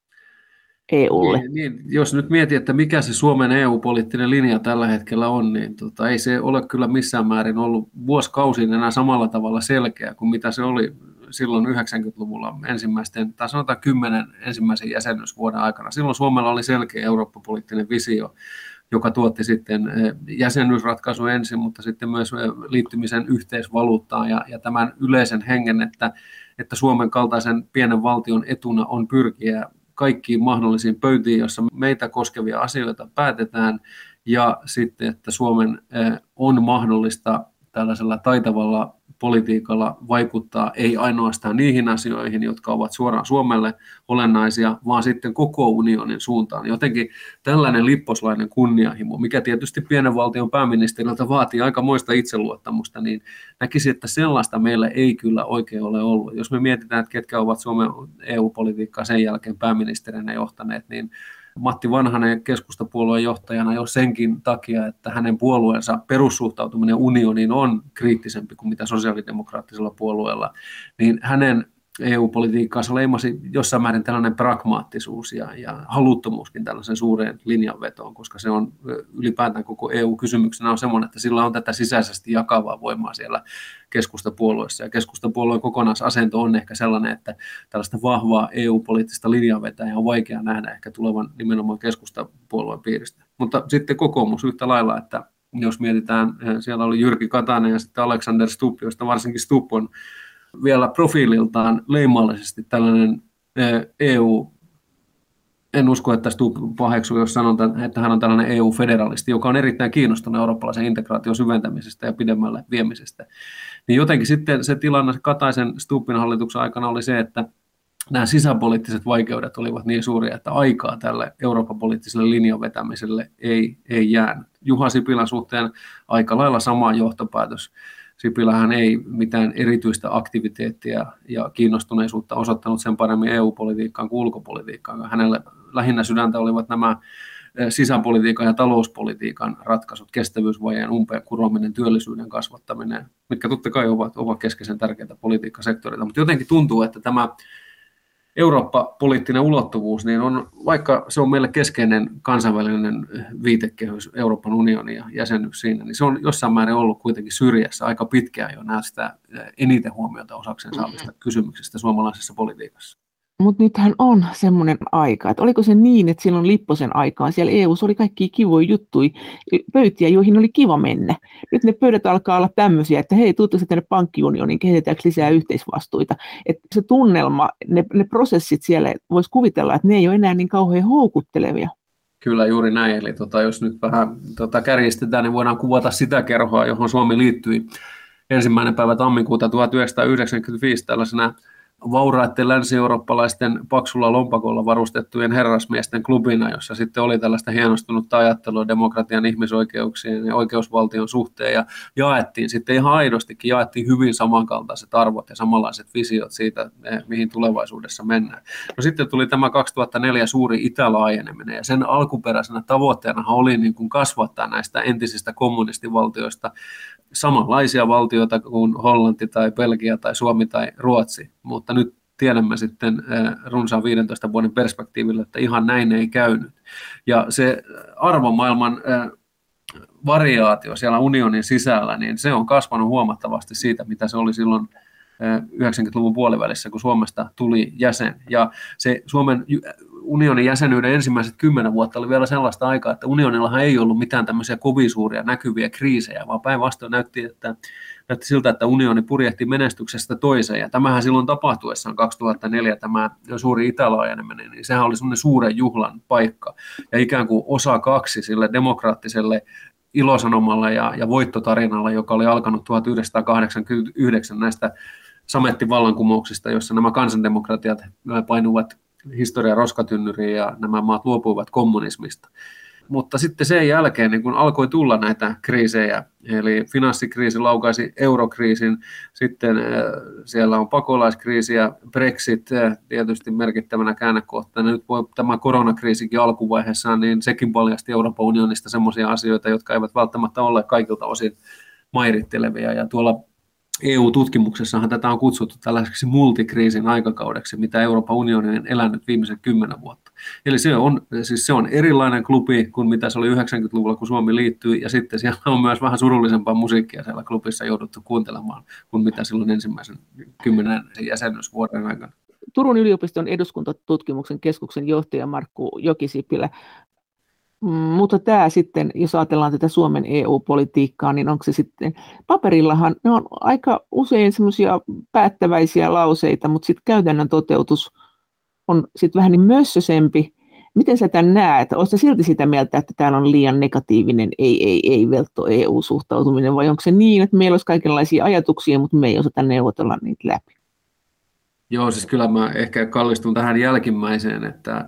E U:lle. Niin, niin, jos nyt mietit, että mikä se Suomen E U-poliittinen linja tällä hetkellä on, niin tota, ei se ole kyllä missään määrin ollut vuosikausiin enää samalla tavalla selkeä kuin mitä se oli silloin yhdeksänkymmentäluvulla ensimmäisten, tai sanotaan kymmenen ensimmäisen jäsenyysvuoden aikana. Silloin Suomella oli selkeä Eurooppa-poliittinen visio, joka tuotti sitten jäsenyysratkaisun ensin, mutta sitten myös liittymisen yhteisvaluuttaan ja, ja tämän yleisen hengen, että, että Suomen kaltaisen pienen valtion etuna on pyrkiä kaikkiin mahdollisiin pöytiin, joissa meitä koskevia asioita päätetään, ja sitten, että Suomen on mahdollista tällaisella taitavalla politiikalla vaikuttaa ei ainoastaan niihin asioihin, jotka ovat suoraan Suomelle olennaisia, vaan sitten koko unionin suuntaan. Jotenkin tällainen lipposlainen kunnianhimo, mikä tietysti pienen valtion pääministeriltä vaatii aikamoista itseluottamusta, niin näkisin, että sellaista meillä ei kyllä oikein ole ollut. Jos me mietitään, että ketkä ovat Suomen E U-politiikkaa sen jälkeen pääministerinä johtaneet, niin Matti Vanhanen keskustapuolueen johtajana jo senkin takia, että hänen puolueensa perussuhtautuminen unioniin on kriittisempi kuin mitä sosiaalidemokraattisella puolueella, niin hänen E U-politiikkaansa leimasi jossain määrin tällainen pragmaattisuus ja, ja haluttomuuskin tällaisen suureen linjanvetoon, koska se on ylipäätään koko E U-kysymyksenä on semmoinen, että sillä on tätä sisäisesti jakavaa voimaa siellä keskustapuolueessa. Ja keskustapuolueen kokonaisasento on ehkä sellainen, että tällaista vahvaa E U-poliittista linjanvetäjää on vaikea nähdä ehkä tulevan nimenomaan keskustapuolueen piiristä. Mutta sitten kokoomus yhtä lailla, että jos mietitään, siellä oli Jyrki Katainen ja sitten Alexander Stubb, josta varsinkin Stubb on vielä profiililtaan leimallisesti tällainen E U, en usko, että Stubb paheksuu, jos sanotaan, että hän on tällainen E U-federalisti, joka on erittäin kiinnostunut eurooppalaisen integraation syventämisestä ja pidemmälle viemisestä. Niin jotenkin sitten se tilanne Kataisen Stubbin hallituksen aikana oli se, että nämä sisäpoliittiset vaikeudet olivat niin suuria, että aikaa tälle Euroopan poliittiselle linjan vetämiselle ei, ei jäänyt. Juha Sipilän suhteen aika lailla sama johtopäätös. Sipilähän ei mitään erityistä aktiviteettia ja kiinnostuneisuutta osoittanut sen paremmin E U-politiikkaan kuin ulkopolitiikkaan. Hänelle lähinnä sydäntä olivat nämä sisäpolitiikan ja talouspolitiikan ratkaisut, kestävyysvajeen umpeen kurominen, työllisyyden kasvattaminen, mitkä totta kai ovat, ovat keskeisen tärkeitä politiikkasektoreita. Mutta jotenkin tuntuu, että tämä Eurooppa-poliittinen ulottuvuus, niin on, vaikka se on meille keskeinen kansainvälinen viitekehys, Euroopan unionin ja jäsenyys siinä, niin se on jossain määrin ollut kuitenkin syrjässä aika pitkään jo näistä eniten huomiota osakseen saavista kysymyksistä suomalaisessa politiikassa. Mutta nythän on semmoinen aika, että oliko se niin, että silloin Lipposen aikaan siellä E U:ssa oli kaikkia kivoja juttuja, pöytiä, joihin oli kiva mennä. Nyt ne pöydät alkaa olla tämmöisiä, että hei, tuutte tänne pankkiunioniin, kehitetäänkö lisää yhteisvastuita. Että se tunnelma, ne, ne prosessit siellä, voisi kuvitella, että ne ei ole enää niin kauhean houkuttelevia. Kyllä juuri näin, eli tota, jos nyt vähän tota, kärjistetään, niin voidaan kuvata sitä kerhoa, johon Suomi liittyi ensimmäinen päivä tammikuuta tuhatyhdeksänsataayhdeksänkymmentäviisi tällaisena vauraiden länsi-eurooppalaisten paksulla lompakolla varustettujen herrasmiesten klubina, jossa sitten oli tällaista hienostunutta ajattelua demokratian, ihmisoikeuksien ja oikeusvaltion suhteen, ja jaettiin sitten ihan aidostikin, jaettiin hyvin samankaltaiset arvot ja samanlaiset visiot siitä, mihin tulevaisuudessa mennään. No sitten tuli tämä kaksituhattaneljä suuri itälaajeneminen, ja sen alkuperäisenä tavoitteena oli niin kuin kasvattaa näistä entisistä kommunistivaltioista samanlaisia valtioita kuin Hollanti tai Belgia tai Suomi tai Ruotsi, mutta nyt tiedämme sitten runsaan viidentoista vuoden perspektiivillä, että ihan näin ei käynyt. Ja se arvomaailman variaatio siellä unionin sisällä, niin se on kasvanut huomattavasti siitä, mitä se oli silloin yhdeksänkymmentäluvun puolivälissä, kun Suomesta tuli jäsen. Ja se Suomen unionin jäsenyyden ensimmäiset kymmenen vuotta oli vielä sellaista aikaa, että unionillahan ei ollut mitään tämmöisiä kovin suuria näkyviä kriisejä, vaan päinvastoin näytti, että, näytti siltä, että unioni purjehti menestyksestä toiseen. Ja tämähän silloin tapahtuessaan kaksituhattaneljä, tämä suuri itälaajeneminen, niin sehän oli semmoinen suuren juhlan paikka. Ja ikään kuin osa kaksi sille demokraattiselle ilosanomalle ja, ja voittotarinalla, joka oli alkanut tuhatyhdeksänsataakahdeksankymmentäyhdeksän näistä samettivallankumouksista, jossa nämä kansandemokratiat painuvat historian roskatynnyriin ja nämä maat luopuivat kommunismista. Mutta sitten sen jälkeen niin kun alkoi tulla näitä kriisejä, eli finanssikriisi laukaisi eurokriisin, sitten siellä on pakolaiskriisi ja Brexit tietysti merkittävänä käännekohtana. Nyt voi tämä koronakriisikin alkuvaiheessa, niin sekin paljasti Euroopan unionista sellaisia asioita, jotka eivät välttämättä ole kaikilta osin mairittelevia. Ja tuolla E U-tutkimuksessahan tätä on kutsuttu tällaiseksi multikriisin aikakaudeksi, mitä Euroopan unioni on elänyt viimeisen kymmenen vuotta. Eli se on, siis se on erilainen klubi kuin mitä se oli yhdeksänkymmentäluvulla, kun Suomi liittyi, ja sitten siellä on myös vähän surullisempaa musiikkia siellä klubissa jouduttu kuuntelemaan kuin mitä silloin ensimmäisen kymmenen jäsenyysvuoden aikana. Turun yliopiston eduskuntatutkimuksen keskuksen johtaja Markku Jokisipilä. Mutta tämä sitten, jos ajatellaan tätä Suomen E U-politiikkaa, niin onko se sitten, paperillahan ne on aika usein semmoisia päättäväisiä lauseita, mutta sitten käytännön toteutus on sitten vähän niin mössösempi. Miten sä tämän näet? Oletko silti sitä mieltä, että täällä on liian negatiivinen ei, ei, ei veltto E U-suhtautuminen, vai onko se niin, että meillä olisi kaikenlaisia ajatuksia, mutta me ei osata neuvotella niitä läpi? Joo, siis kyllä mä ehkä kallistun tähän jälkimmäiseen, että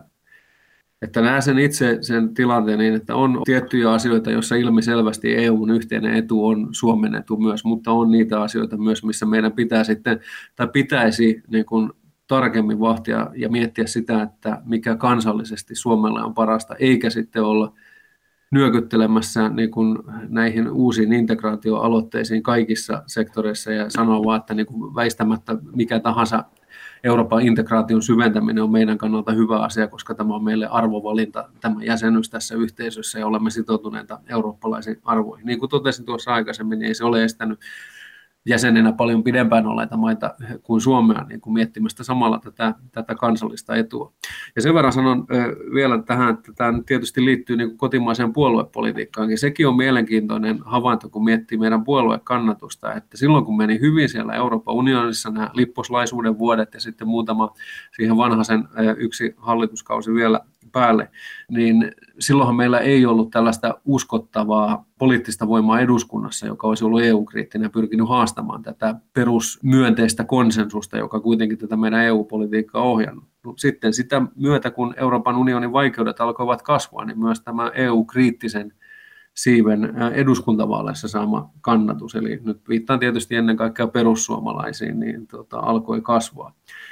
Että näen sen itse sen tilanteen niin, että on tiettyjä asioita, joissa ilmiselvästi E U:n yhteinen etu on Suomen etu myös, mutta on niitä asioita myös, missä meidän pitää sitten, tai pitäisi niin kuin tarkemmin vahtia ja miettiä sitä, että mikä kansallisesti Suomelle on parasta, eikä sitten olla nyökyttelemässä niin kuin näihin uusiin integraatioaloitteisiin kaikissa sektoreissa ja sanoa vaan, että niin kuin väistämättä mikä tahansa Euroopan integraation syventäminen on meidän kannalta hyvä asia, koska tämä on meille arvovalinta, tämä jäsenyys tässä yhteisössä ja olemme sitoutuneita eurooppalaisiin arvoihin. Niin kuin totesin tuossa aikaisemmin, niin ei se ole estänyt jäsenenä paljon pidempään olleita maita kuin Suomea niin kuin miettimästä samalla tätä, tätä kansallista etua. Ja sen verran sanon ö, vielä tähän, että tämä tietysti liittyy niin kuin kotimaiseen puoluepolitiikkaankin. Sekin on mielenkiintoinen havainto, kun miettii meidän puoluekannatusta, että silloin kun meni hyvin siellä Euroopan unionissa nämä lipposlaisuuden vuodet ja sitten muutama siihen vanhaisen ö, yksi hallituskausi vielä päälle, niin silloinhan meillä ei ollut tällaista uskottavaa poliittista voimaa eduskunnassa, joka olisi ollut E U-kriittinen ja pyrkinyt haastamaan tätä perusmyönteistä konsensusta, joka kuitenkin tätä meidän E U-politiikkaa on ohjannut. Sitten sitä myötä, kun Euroopan unionin vaikeudet alkoivat kasvaa, niin myös tämä E U-kriittisen siiven eduskuntavaaleissa saama kannatus, eli nyt viittaan tietysti ennen kaikkea perussuomalaisiin, niin tota, alkoi kasvaa.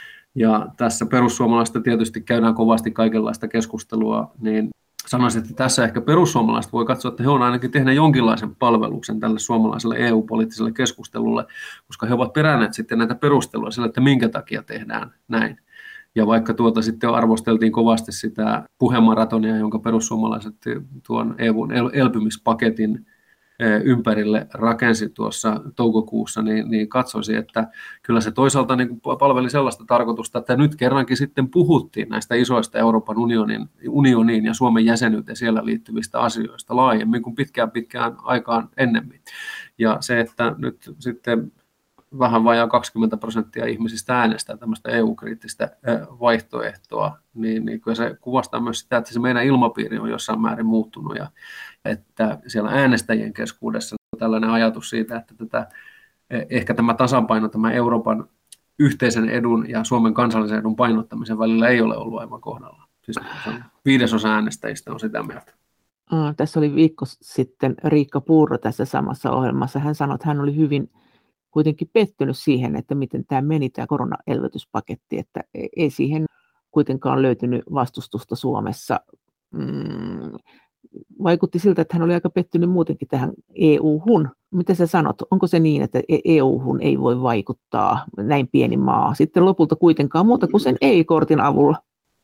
Ja tässä perussuomalaista tietysti käydään kovasti kaikenlaista keskustelua, niin sanoisin, että tässä ehkä perussuomalaiset voi katsoa, että he on ainakin tehneet jonkinlaisen palveluksen tälle suomalaiselle E U-poliittiselle keskustelulle, koska he ovat peränneet sitten näitä perusteluja sille, että minkä takia tehdään näin. Ja vaikka tuota sitten arvosteltiin kovasti sitä puhemaratonia, jonka perussuomalaiset tuon E U:n elpymispaketin ympärille rakensi tuossa toukokuussa, niin, niin katsoisin, että kyllä se toisaalta niin palveli sellaista tarkoitusta, että nyt kerrankin sitten puhuttiin näistä isoista Euroopan unionin, unioniin ja Suomen jäsenyyteen siellä liittyvistä asioista laajemmin kuin pitkään pitkään aikaan ennemmin. Ja se, että nyt sitten vähän vajaa kaksikymmentä prosenttia ihmisistä äänestää tämmöistä E U-kriittistä vaihtoehtoa, niin, niin kyllä se kuvastaa myös sitä, että se meidän ilmapiiri on jossain määrin muuttunut ja että siellä äänestäjien keskuudessa on tällainen ajatus siitä, että tätä, ehkä tämä tasapaino, tämä Euroopan yhteisen edun ja Suomen kansallisen edun painottamisen välillä ei ole ollut aivan kohdallaan. Siis viidesosa äänestäjistä on sitä mieltä. Mm, tässä oli viikko sitten Riikka Purra tässä samassa ohjelmassa. Hän sanoi, että hän oli hyvin kuitenkin pettynyt siihen, että miten tämä meni tämä koronaelvytyspaketti, että ei siihen kuitenkaan löytynyt vastustusta Suomessa. Mm, vaikutti siltä, että hän oli aika pettynyt muutenkin tähän E U-hun. Mitä sä sanot? Onko se niin, että E U-hun ei voi vaikuttaa näin pieni maa sitten lopulta kuitenkaan muuta kuin sen ei-kortin avulla?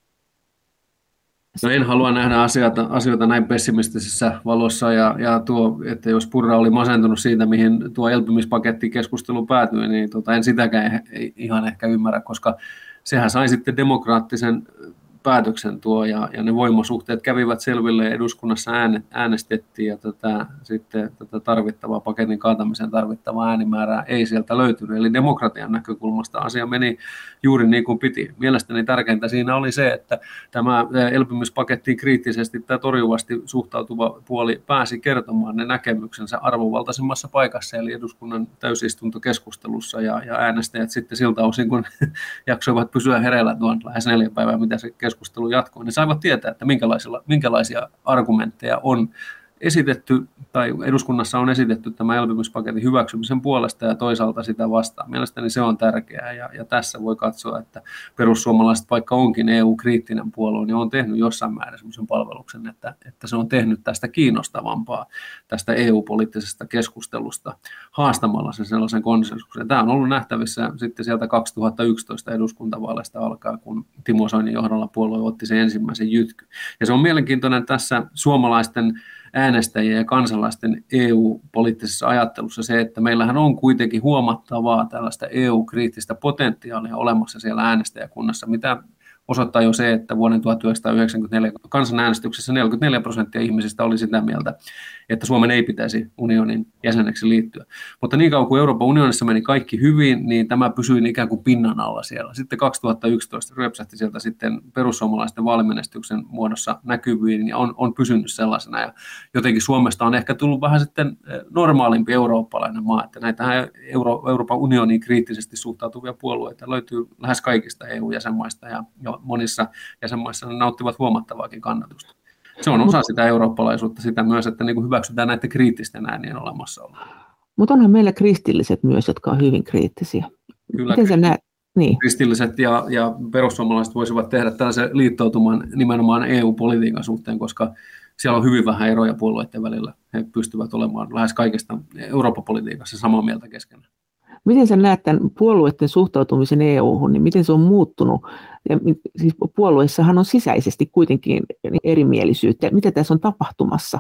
No en halua nähdä asioita, asioita näin pessimistisessä valossa, ja, ja tuo, että jos Purra oli masentunut siitä, mihin tuo elpymispakettikeskustelu päätyi, niin tota, en sitäkään ihan ehkä ymmärrä, koska sehän sai sitten demokraattisen päätöksen tuo, ja, ja ne voimasuhteet kävivät selville, eduskunnassa äänestettiin, ja tätä, sitten tätä tarvittavaa paketin kaatamiseen tarvittavaa äänimäärää ei sieltä löytynyt. Eli demokratian näkökulmasta asia meni juuri niin kuin piti. Mielestäni tärkeintä siinä oli se, että tämä elpymispakettiin kriittisesti tai torjuvasti suhtautuva puoli pääsi kertomaan ne näkemyksensä arvovaltaisemmassa paikassa, eli eduskunnan täysistuntokeskustelussa, ja, ja äänestäjät sitten siltä osin, kun jaksoivat pysyä hereillä tuon lähes neljä päivää, mitä se keskustelu jatkuu, niin saivat tietää, että minkälaisia argumentteja on esitetty tai eduskunnassa on esitetty tämä elpymispaketin hyväksymisen puolesta ja toisaalta sitä vastaan. Mielestäni se on tärkeää, ja, ja tässä voi katsoa, että perussuomalaiset, vaikka onkin E U-kriittinen puolue, niin on tehnyt jossain määrin sellaisen palveluksen, että, että se on tehnyt tästä kiinnostavampaa, tästä E U-poliittisesta keskustelusta, haastamalla sen sellaisen konsensuksen. Tämä on ollut nähtävissä sitten sieltä kaksituhattayksitoista eduskuntavaaleista alkaa, kun Timo Soinin johdolla puolue otti sen ensimmäisen jytkyn. Ja se on mielenkiintoinen tässä suomalaisten äänestäjien ja kansalaisten E U-poliittisessa ajattelussa se, että meillähän on kuitenkin huomattavaa tällaista E U-kriittistä potentiaalia olemassa siellä äänestäjäkunnassa, mitä osoittaa jo se, että vuoden tuhatyhdeksänsataayhdeksänkymmentäneljä kansanäänestyksessä neljäkymmentäneljä prosenttia ihmisistä oli sitä mieltä, että Suomen ei pitäisi unionin jäseneksi liittyä. Mutta niin kauan kuin Euroopan unionissa meni kaikki hyvin, niin tämä pysyi ikään kuin pinnan alla siellä. Sitten kaksituhattayksitoista ryöpsähti sieltä sitten perussuomalaisten vaalimenestyksen muodossa näkyviin ja on, on pysynyt sellaisena. Ja jotenkin Suomesta on ehkä tullut vähän sitten normaalimpi eurooppalainen maa, että näitä Euro, Euroopan unioniin kriittisesti suhtautuvia puolueita löytyy lähes kaikista E U-jäsenmaista ja monissa jäsenmaissa ne nauttivat huomattavaakin kannatusta. Se on osa sitä eurooppalaisuutta, sitä myös, että niin kuin hyväksytään näiden kriittisten äänien olemassaoloa. Mutta onhan meillä kristilliset myös, jotka on hyvin kriittisiä. Kyllä, miten sä näet? Niin. Kristilliset ja, ja perussuomalaiset voisivat tehdä tällaisen liittoutuman nimenomaan E U-politiikan suhteen, koska siellä on hyvin vähän eroja puolueiden välillä. He pystyvät olemaan lähes kaikesta Eurooppa-politiikassa samaa mieltä keskenään. Miten sä näet tämän puolueiden suhtautumisen E U-hun, niin miten se on muuttunut? Ja siis puolueissahan on sisäisesti kuitenkin erimielisyyttä. Mitä tässä on tapahtumassa?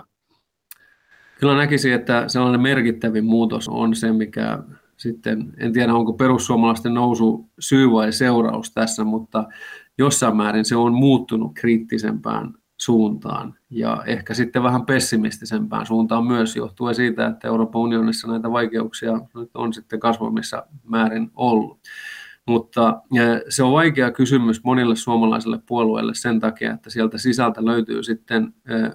Kyllä näkisin, että sellainen merkittävin muutos on se, mikä sitten, en tiedä onko perussuomalaisten nousu syy vai seuraus tässä, mutta jossain määrin se on muuttunut kriittisempään suuntaan ja ehkä sitten vähän pessimistisempään suuntaan myös johtuen siitä, että Euroopan unionissa näitä vaikeuksia nyt on sitten kasvamissa määrin ollut. Mutta se on vaikea kysymys monille suomalaisille puolueille sen takia, että sieltä sisältä löytyy sitten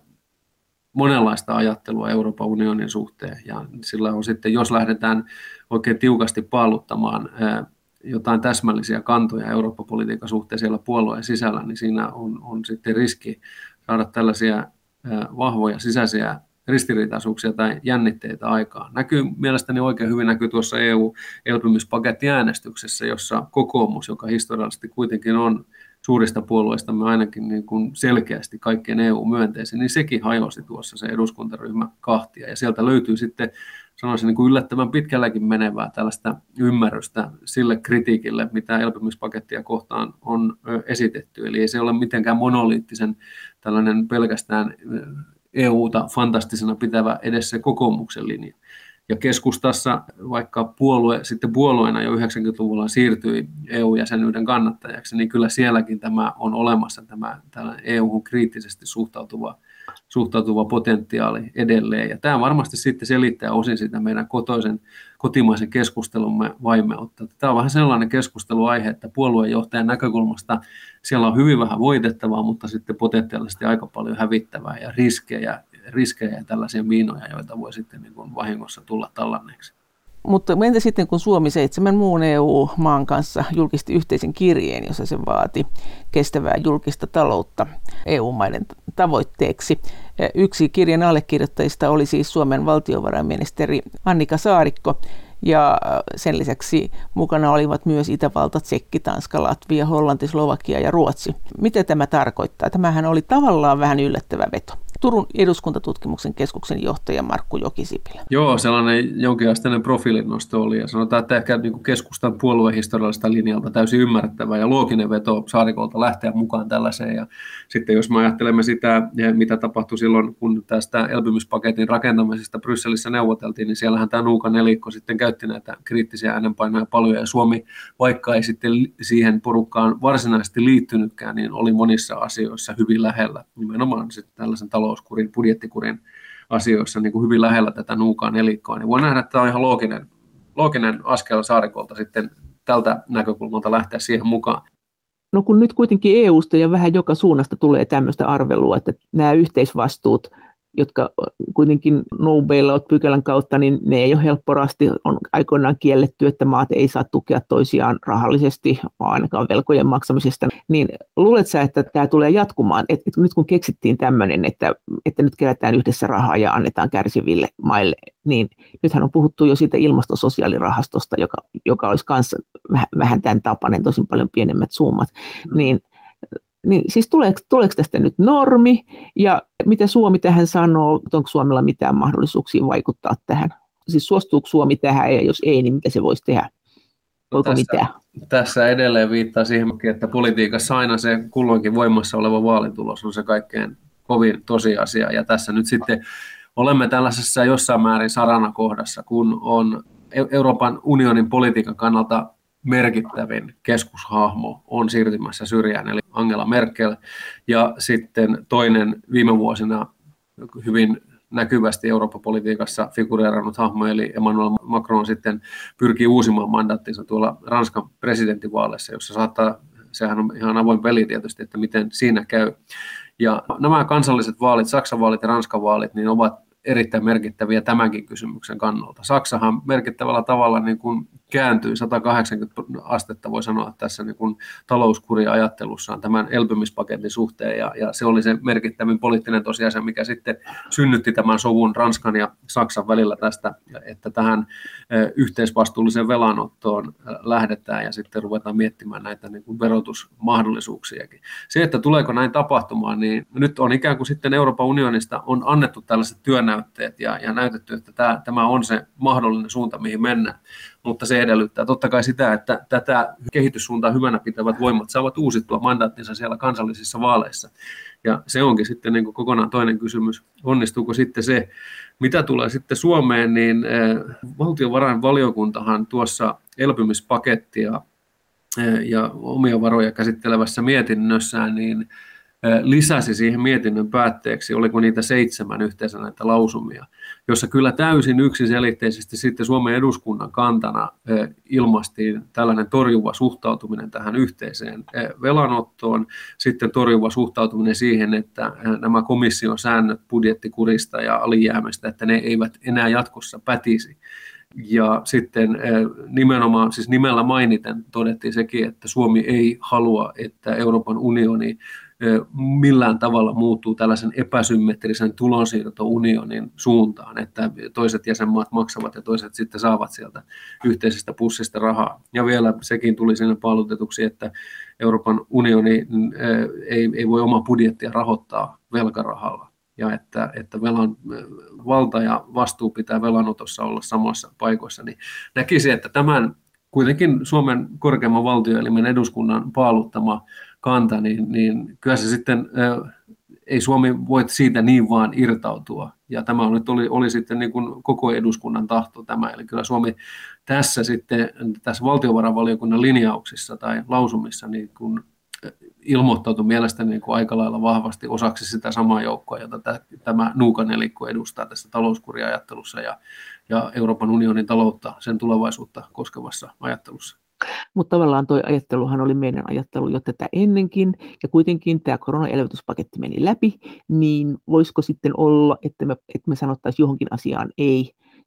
monenlaista ajattelua Euroopan unionin suhteen ja sillä on sitten, jos lähdetään oikein tiukasti paaluttamaan jotain täsmällisiä kantoja Eurooppa-politiikan suhteen siellä puolueen sisällä, niin siinä on, on sitten riski saada tällaisia vahvoja sisäisiä ristiriitaisuuksia tai jännitteitä aikaan. Näkyy, mielestäni oikein hyvin näkyy tuossa E U-elpymispakettiäänestyksessä, jossa kokoomus, joka historiallisesti kuitenkin on suurista puolueistamme ainakin niin kuin selkeästi kaikkien E U-myönteisin, niin sekin hajosi tuossa se eduskuntaryhmä kahtia. Ja sieltä löytyy sitten, sanoisin, niin kuin yllättävän pitkälläkin menevää tällaista ymmärrystä sille kritiikille, mitä elpymispakettia kohtaan on esitetty. Eli ei se ole mitenkään monoliittisen tällainen pelkästään E U:ta fantastisena pitävä edes se kokoomuksen linja. Ja keskustassa, vaikka puolue sitten puolueena jo yhdeksänkymmentäluvulla siirtyi E U-jäsenyyden kannattajaksi, niin kyllä sielläkin tämä on olemassa, tämä tällainen E U-hun kriittisesti suhtautuva, suhtautuva potentiaali edelleen. Ja tämä varmasti sitten selittää osin sitä meidän kotoisen, kotimaisen keskustelumme vaimeutta. Tämä on vähän sellainen keskusteluaihe, että puoluejohtajan näkökulmasta siellä on hyvin vähän voitettavaa, mutta sitten potentiaalisesti aika paljon hävittävää ja riskejä, riskejä ja tällaisia miinoja, joita voi sitten niin kuin vahingossa tulla tallanneeksi. Mutta entä sitten, kun Suomi seitsemän muun E U-maan kanssa julkisti yhteisen kirjeen, jossa se vaati kestävää julkista taloutta E U-maiden tavoitteeksi. Yksi kirjan allekirjoittajista oli siis Suomen valtiovarainministeri Annika Saarikko, ja sen lisäksi mukana olivat myös Itävalta, Tsekki, Tanska, Latvia, Hollanti, Slovakia ja Ruotsi. Mitä tämä tarkoittaa? Tämähän oli tavallaan vähän yllättävä veto. Turun eduskuntatutkimuksen keskuksen johtaja Markku Jokisipilä. Joo, sellainen jonkinasteinen profiilinnosto oli, ja sanotaan, että ehkä niin kuin keskustan puoluehistoriallisesta linjalta täysin ymmärrettävä ja looginen veto Saarikolta lähteä mukaan tällaiseen. Ja sitten jos me ajattelemme sitä, mitä tapahtui silloin, kun tästä elpymispaketin rakentamisesta Brysselissä neuvoteltiin, niin siellähän tämä nuuka nelikko sitten käytti näitä kriittisiä äänenpainoja paljon, ja Suomi, vaikka ei sitten siihen porukkaan varsinaisesti liittynytkään, niin oli monissa asioissa hyvin lähellä, nimenomaan sitten tällaisen talouskurin, budjettikurin asioissa niin kuin hyvin lähellä tätä nuukaa nelikkoa, niin voi nähdä, että tämä on ihan looginen, looginen askel Saarikolta sitten tältä näkökulmalta lähteä siihen mukaan. No kun nyt kuitenkin E U:sta ja vähän joka suunnasta tulee tämmöistä arvelua, että nämä yhteisvastuut, jotka kuitenkin no bailout-pykälän kautta, niin ne ei ole helpporasti, on aikoinaan kielletty, että maat ei saa tukea toisiaan rahallisesti, ainakaan velkojen maksamisesta. Niin luulet sä, että tämä tulee jatkumaan, että nyt kun keksittiin tämmöinen, että, että nyt kerätään yhdessä rahaa ja annetaan kärsiville maille, niin nythän on puhuttu jo siitä ilmastososiaalirahastosta, joka, joka olisi kanssa vähän, vähän tämän tapainen, tosin paljon pienemmät summat, niin Niin siis tuleeko, tuleeko tästä nyt normi, ja mitä Suomi tähän sanoo, onko Suomella mitään mahdollisuuksia vaikuttaa tähän? Siis suostuuko Suomi tähän, ja jos ei, niin mitä se voisi tehdä? Voiko tässä, mitään? Tässä edelleen viittaa siihen, että politiikassa aina se kulloinkin voimassa oleva vaalitulos on se kaikkein kovin tosiasia, ja tässä nyt sitten olemme tällaisessa jossain määrin saranakohdassa, kun on Euroopan unionin politiikan kannalta merkittävin keskushahmo on siirtymässä syrjään, eli Angela Merkel, ja sitten toinen viime vuosina hyvin näkyvästi Eurooppa-politiikassa figureerannut hahmo, eli Emmanuel Macron sitten pyrkii uusimaan mandaattinsa tuolla Ranskan presidentinvaaleissa, jossa saattaa, sehän on ihan avoin peli tietysti, että miten siinä käy. Ja nämä kansalliset vaalit, Saksan vaalit ja Ranskan vaalit, niin ovat erittäin merkittäviä tämänkin kysymyksen kannalta. Saksahan merkittävällä tavalla niin kuin kääntyi sata kahdeksankymmentä astetta, voi sanoa, tässä niin kuin talouskuriajattelussaan tämän elpymispaketin suhteen, ja, ja se oli se merkittävin poliittinen tosiasia, mikä sitten synnytti tämän sovun Ranskan ja Saksan välillä tästä, että tähän yhteisvastuulliseen velanottoon lähdetään ja sitten ruvetaan miettimään näitä niin kuin verotusmahdollisuuksiakin. Se, että tuleeko näin tapahtumaan, niin nyt on ikään kuin sitten Euroopan unionista on annettu tällaiset työnäytteet ja, ja näytetty, että tämä, tämä on se mahdollinen suunta, mihin mennään. Mutta se edellyttää totta kai sitä, että tätä kehityssuuntaa hyvänä pitävät voimat saavat uusittua mandaattinsa siellä kansallisissa vaaleissa. Ja se onkin sitten niin kuin kokonaan toinen kysymys. Onnistuuko sitten se, mitä tulee sitten Suomeen, niin valtiovarainvaliokuntahan tuossa elpymispakettia ja omia varoja käsittelevässä mietinnössään, niin lisäsi siihen mietinnön päätteeksi, oliko niitä seitsemän yhteensä näitä lausumia, jossa kyllä täysin yksiselitteisesti sitten Suomen eduskunnan kantana ilmaistiin tällainen torjuva suhtautuminen tähän yhteiseen velanottoon, sitten torjuva suhtautuminen siihen, että nämä komission säännöt budjettikurista ja alijäämästä, että ne eivät enää jatkossa pätisi. Ja sitten nimenomaan, siis nimellä mainiten todettiin sekin, että Suomi ei halua, että Euroopan unioni millään tavalla muuttuu tällaisen epäsymmetrisen tulonsiirtounionin suuntaan, että toiset jäsenmaat maksavat ja toiset sitten saavat sieltä yhteisestä pussista rahaa. Ja vielä sekin tuli sinne paalutetuksi, että Euroopan unioni ei, ei voi omaa budjettia rahoittaa velkarahalla. Ja että, että velan valta ja vastuu pitää velanotossa olla samassa paikoissa, niin näkisin, että tämän kuitenkin Suomen korkeimman valtioelimen eduskunnan paaluttama kanta, niin, niin kyllä se sitten, ei Suomi voi siitä niin vaan irtautua. Ja tämä on nyt oli, oli sitten niin kuin koko eduskunnan tahto tämä, eli kyllä Suomi tässä sitten, tässä valtiovarainvaliokunnan linjauksissa tai lausumissa niin kuin ilmoittautui mielestäni niin kuin aika lailla vahvasti osaksi sitä samaa joukkoa, jota tämä nuukanelikko edustaa tässä talouskuriajattelussa ja, ja Euroopan unionin taloutta, sen tulevaisuutta koskevassa ajattelussa. Mutta tavallaan tuo ajatteluhan oli meidän ajattelu jo tätä ennenkin, ja kuitenkin tämä koronaelvytyspaketti meni läpi, niin voisiko sitten olla, että me, että me sanottaisiin johonkin asiaan ei,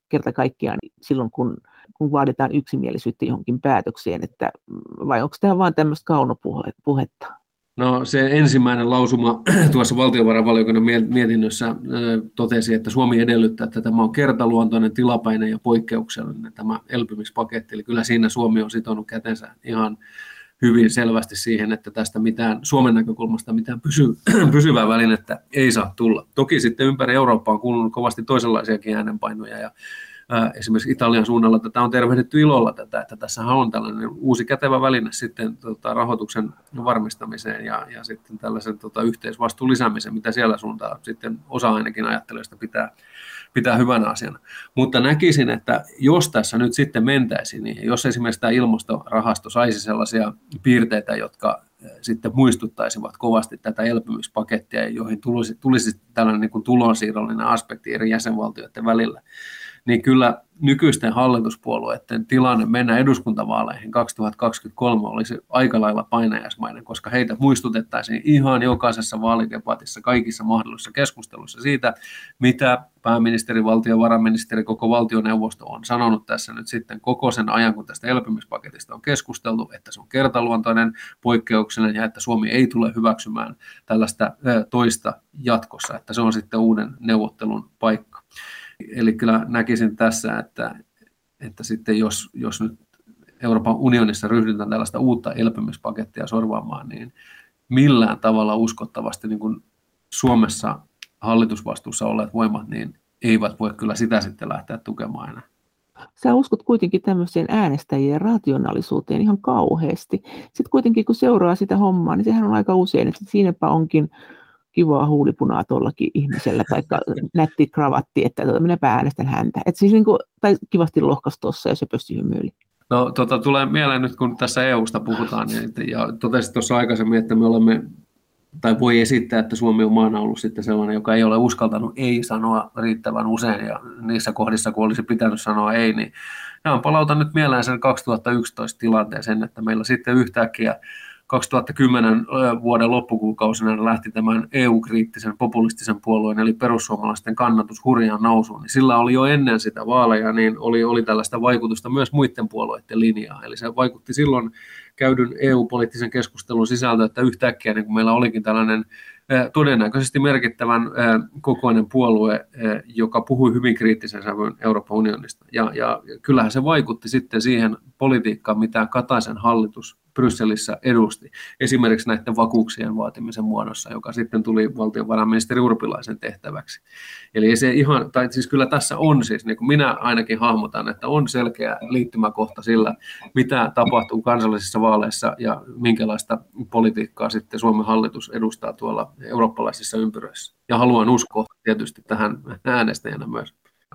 kerta kaikkiaan silloin, kun, kun vaaditaan yksimielisyyttä johonkin päätökseen, että vai onko tämä vain tämmöistä kaunopuhetta? No se ensimmäinen lausuma tuossa valtiovarainvaliokunnan mietinnössä totesi, että Suomi edellyttää, että tämä on kertaluontoinen, tilapäinen ja poikkeuksellinen tämä elpymispaketti. Eli kyllä siinä Suomi on sitonut kätensä ihan hyvin selvästi siihen, että tästä mitään Suomen näkökulmasta mitään pysy, pysyvää välinettä ei saa tulla. Toki sitten ympäri Eurooppaa on kuulunut kovasti toisenlaisiakin äänenpainoja ja ää, esimerkiksi Italian suunnalla tätä on tervehditty ilolla tätä, että tässähän on tällainen uusi kätevä väline sitten tota, rahoituksen varmistamiseen ja, ja sitten tällaisen tota, yhteisvastuun lisäämiseen, mitä siellä suuntaan sitten osa ainakin ajattelijoista pitää pitää hyvänä asiana. Mutta näkisin, että jos tässä nyt sitten mentäisiin, niin jos esimerkiksi tämä ilmastorahasto saisi sellaisia piirteitä, jotka sitten muistuttaisivat kovasti tätä elpymispakettia, joihin tulisi, tulisi tällainen niin kuin tulonsiirrollinen aspekti eri jäsenvaltioiden välillä, niin kyllä nykyisten hallituspuolueiden tilanne mennä eduskuntavaaleihin kaksituhattakaksikymmentäkolme olisi aika lailla painajaismainen, koska heitä muistutettaisiin ihan jokaisessa vaalidebatissa, kaikissa mahdollisissa keskusteluissa siitä, mitä pääministeri, valtiovarainministeri, koko valtioneuvosto on sanonut tässä nyt sitten koko sen ajan, kun tästä elpymispaketista on keskusteltu, että se on kertaluontoinen, poikkeuksellinen ja että Suomi ei tule hyväksymään tällaista toista jatkossa, että se on sitten uuden neuvottelun paikka. Eli kyllä näkisin tässä, että, että sitten jos, jos nyt Euroopan unionissa ryhdytään tällaista uutta elpymispakettia sorvaamaan, niin millään tavalla uskottavasti niin kuin Suomessa hallitusvastuussa olleet voimat niin eivät voi kyllä sitä sitten lähteä tukemaan enää. Sä uskot kuitenkin tämmöiseen äänestäjien rationaalisuuteen ihan kauheasti. Sitten kuitenkin kun seuraa sitä hommaa, niin sehän on aika usein, että siinäpä onkin kivaa huulipunaa tuollakin ihmisellä, tai nätti kravatti, että minäpä äänestän häntä. Et siis niin kuin, tai kivasti lohkas tuossa, jos se pösti hymyili. No tota, tulee mieleen nyt, kun tässä E U:sta puhutaan, niin, ja totesit tuossa aikaisemmin, että me olemme, tai voi esittää, että Suomi on maana ollut sitten sellainen, joka ei ole uskaltanut ei sanoa riittävän usein, ja niissä kohdissa, kun olisi pitänyt sanoa ei, niin ja palautan nyt mieleen sen kaksituhattayksitoista tilanteen sen, että meillä sitten yhtäkkiä kaksituhattakymmenen vuoden loppukuukausina lähti tämän E U-kriittisen populistisen puolueen, eli perussuomalaisten kannatus hurjaan nousuun, niin sillä oli jo ennen sitä vaaleja, niin oli, oli tällaista vaikutusta myös muiden puolueiden linjaan. Eli se vaikutti silloin käydyn E U-poliittisen keskustelun sisältö, että yhtäkkiä niin kun meillä olikin tällainen todennäköisesti merkittävän kokoinen puolue, joka puhui hyvin kriittisen sävyn Euroopan unionista. Ja, ja kyllähän se vaikutti sitten siihen politiikkaan, mitä Kataisen hallitus Brysselissä edusti, esimerkiksi näiden vakuuksien vaatimisen muodossa, joka sitten tuli valtiovarainministeri Urpilaisen tehtäväksi. Eli se ihan, tai siis kyllä tässä on siis, niin kuin minä ainakin hahmotan, että on selkeä liittymäkohta sillä, mitä tapahtuu kansallisissa vaaleissa ja minkälaista politiikkaa sitten Suomen hallitus edustaa tuolla eurooppalaisissa ympyröissä. Ja haluan uskoa tietysti tähän äänestäjänä myös.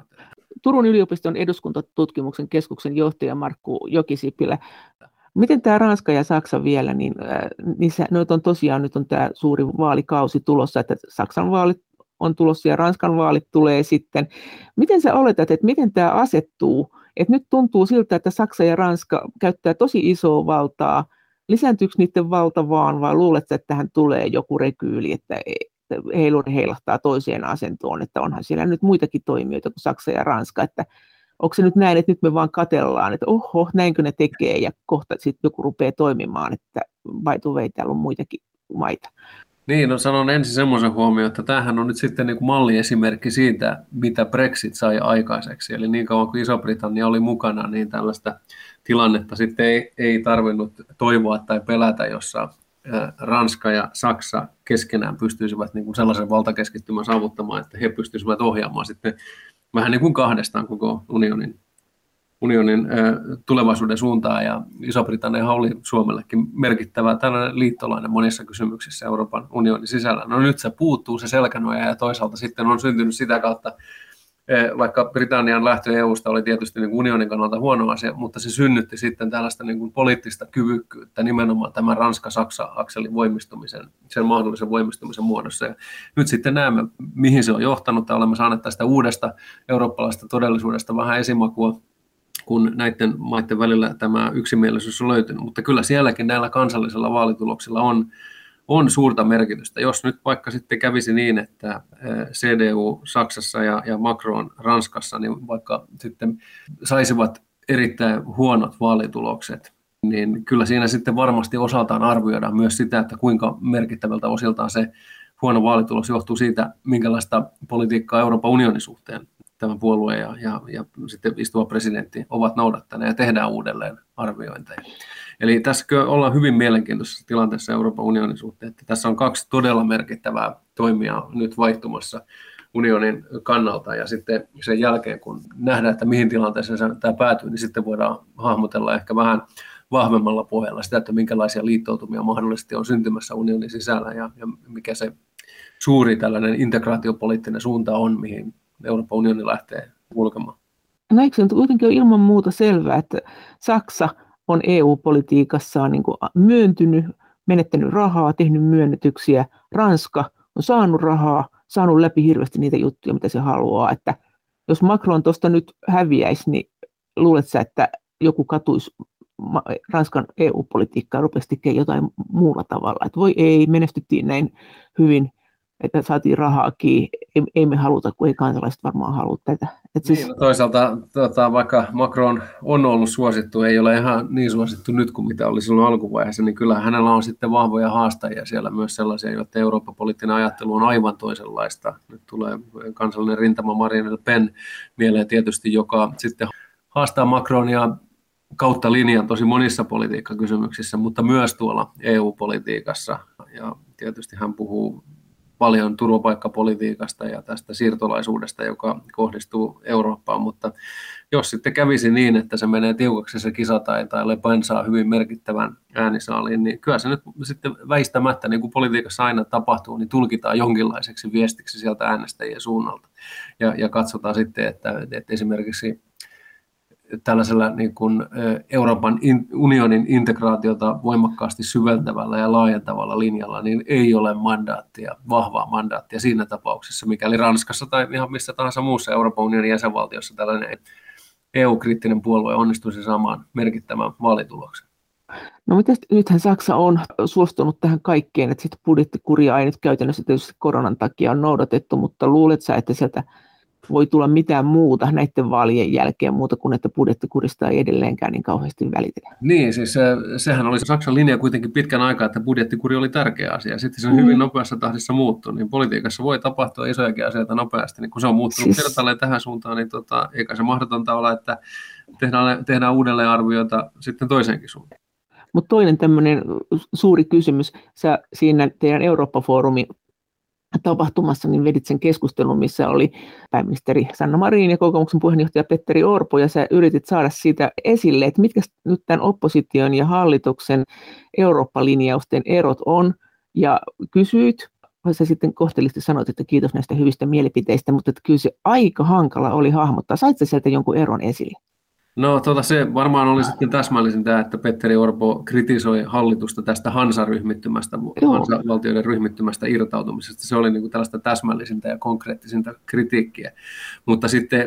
Turun yliopiston eduskuntatutkimuksen keskuksen johtaja Markku Jokisipilä. Miten tämä Ranska ja Saksa vielä, niin niissä, nyt on tosiaan nyt on tämä suuri vaalikausi tulossa, että Saksan vaalit on tulossa ja Ranskan vaalit tulee sitten. Miten sä oletat, että miten tämä asettuu? Että nyt tuntuu siltä, että Saksa ja Ranska käyttää tosi isoa valtaa. Lisääntyykö niiden valta vaan vai luuletko, että tähän tulee joku rekyyli, että heiluri heilahtaa toiseen asentoon, että onhan siellä nyt muitakin toimijoita kuin Saksa ja Ranska, että onko se nyt näin, että nyt me vaan katsellaan, että oho, näinkö ne tekee, ja kohta sitten joku rupeaa toimimaan, että by the way, täällä on muitakin maita. Niin, no sanon ensin semmoisen huomioon, että tämähän on nyt sitten niin kuin malliesimerkki siitä, mitä Brexit sai aikaiseksi. Eli niin kauan kuin Iso-Britannia oli mukana, niin tällaista tilannetta sitten ei, ei tarvinnut toivoa tai pelätä, jossa Ranska ja Saksa keskenään pystyisivät niin kuin sellaisen valtakeskittymän saavuttamaan, että he pystyisivät ohjaamaan sitten vähän niin kuin kahdestaan koko unionin, unionin tulevaisuuden suuntaan, ja Iso-Britannia oli Suomellekin merkittävä tällainen liittolainen monissa kysymyksissä Euroopan unionin sisällä. No nyt se puuttuu, se selkänoja, ja toisaalta sitten on syntynyt sitä kautta, vaikka Britannian lähtö E U:sta oli tietysti niin kuin unionin kannalta huono asia, mutta se synnytti sitten tällaista niin kuin poliittista kyvykkyyttä nimenomaan tämän Ranska-Saksa-akselin voimistumisen, sen mahdollisen voimistumisen muodossa. Ja nyt sitten näemme, mihin se on johtanut, ja olemme saaneet tästä uudesta eurooppalaisesta todellisuudesta vähän esimakua, kun näiden maiden välillä tämä yksimielisyys on löytynyt. Mutta kyllä sielläkin näillä kansallisilla vaalituloksilla on on suurta merkitystä. Jos nyt vaikka sitten kävisi niin, että C D U Saksassa ja, ja Macron Ranskassa niin vaikka sitten saisivat erittäin huonot vaalitulokset, niin kyllä siinä sitten varmasti osaltaan arvioidaan myös sitä, että kuinka merkittävältä osiltaan se huono vaalitulos johtuu siitä, minkälaista politiikkaa Euroopan unionin suhteen tämä puolue ja, ja, ja sitten istuva presidentti ovat noudattaneet ja tehdään uudelleen arviointeja. Eli tässä ollaan hyvin mielenkiintoisessa tilanteessa Euroopan unionin suhteen, että tässä on kaksi todella merkittävää toimijaa nyt vaihtumassa unionin kannalta, ja sitten sen jälkeen, kun nähdään, että mihin tilanteeseen tämä päätyy, niin sitten voidaan hahmotella ehkä vähän vahvemmalla pohjalla sitä, että minkälaisia liittoutumia mahdollisesti on syntymässä unionin sisällä, ja, ja mikä se suuri tällainen integraatiopoliittinen suunta on, mihin Euroopan unioni lähtee kulkemaan. Näinkö se kuitenkin on ilman muuta selvää, että Saksa on E U-politiikassaan niin kuin myöntynyt, menettänyt rahaa, tehnyt myönnytyksiä. Ranska on saanut rahaa, saanut läpi hirveästi niitä juttuja, mitä se haluaa. Että jos Macron tuosta nyt häviäisi, niin luulet sä, että joku katuisi Ranskan E U-politiikkaa, rupesi tekemään jotain muulla tavalla. Että voi ei, menestyttiin näin hyvin, että saatiin rahaakin, ei, ei me haluta, kun ei kansalaiset varmaan halua tätä. Et siis... niin, no toisaalta tota, vaikka Macron on ollut suosittu, ei ole ihan niin suosittu nyt kuin mitä oli silloin alkuvaiheessa, niin kyllä hänellä on sitten vahvoja haastajia siellä myös sellaisia, joita Eurooppa-poliittinen ajattelu on aivan toisenlaista. Nyt tulee kansallinen rintama Marine Le Pen mieleen tietysti, joka sitten haastaa Macronia kautta linjan tosi monissa politiikkakysymyksissä, mutta myös tuolla E U-politiikassa, ja tietysti hän puhuu paljon turvapaikkapolitiikasta ja tästä siirtolaisuudesta, joka kohdistuu Eurooppaan, mutta jos sitten kävisi niin, että se menee tiukaksi se kisa tai, tai Le Pen saa hyvin merkittävän äänisaaliin, niin kyllä se nyt sitten väistämättä, niin kuin politiikassa aina tapahtuu, niin tulkitaan jonkinlaiseksi viestiksi sieltä äänestäjien suunnalta. Ja, ja katsotaan sitten, että, että esimerkiksi tällaisella niin kuin Euroopan unionin integraatiota voimakkaasti syventävällä ja laajentavalla linjalla niin ei ole mandaattia, vahvaa mandaattia siinä tapauksessa, mikäli Ranskassa tai ihan missä tahansa muussa Euroopan unionin jäsenvaltiossa tällainen E U-kriittinen puolue onnistuisi saamaan merkittävän vaalituloksen. No mitäs, nythän Saksa on suostunut tähän kaikkeen, että sitten budjettikuria ei nyt käytännössä tietysti koronan takia on noudatettu, mutta luulet sä, että sieltä voi tulla mitään muuta näiden vaalien jälkeen muuta kuin, että budjettikurista ei edelleenkään niin kauheasti välitetä. Niin, siis se, sehän oli Saksan linja kuitenkin pitkän aikaa, että budjettikuri oli tärkeä asia. Sitten se on hyvin nopeassa tahdissa muuttunut, niin politiikassa voi tapahtua isojakin asioita nopeasti. Niin kun se on muuttunut siis... kertaalleen tähän suuntaan, niin tota, eikä se mahdotonta olla, että tehdään, tehdään uudelleen arvioita sitten toiseenkin suuntaan. Mutta toinen tämmöinen suuri kysymys, sä siinä teidän Eurooppa-foorumin tapahtumassa niin vedit sen keskustelun, missä oli pääministeri Sanna Marin ja kokoomuksen puheenjohtaja Petteri Orpo, ja sä yritit saada siitä esille, että mitkä nyt tämän opposition ja hallituksen Eurooppa-linjausten erot on, ja kysyit, sä sitten kohtelisti sanoit, että kiitos näistä hyvistä mielipiteistä, mutta että kyllä se aika hankala oli hahmottaa. Sait sä sieltä jonkun eron esille? No tota, se varmaan oli sitten täsmällisintä, että Petteri Orpo kritisoi hallitusta tästä Hansa-ryhmittymästä, Hansa-valtioiden ryhmittymästä irtautumisesta. Se oli niin kuin tällaista täsmällisintä ja konkreettisinta kritiikkiä. Mutta sitten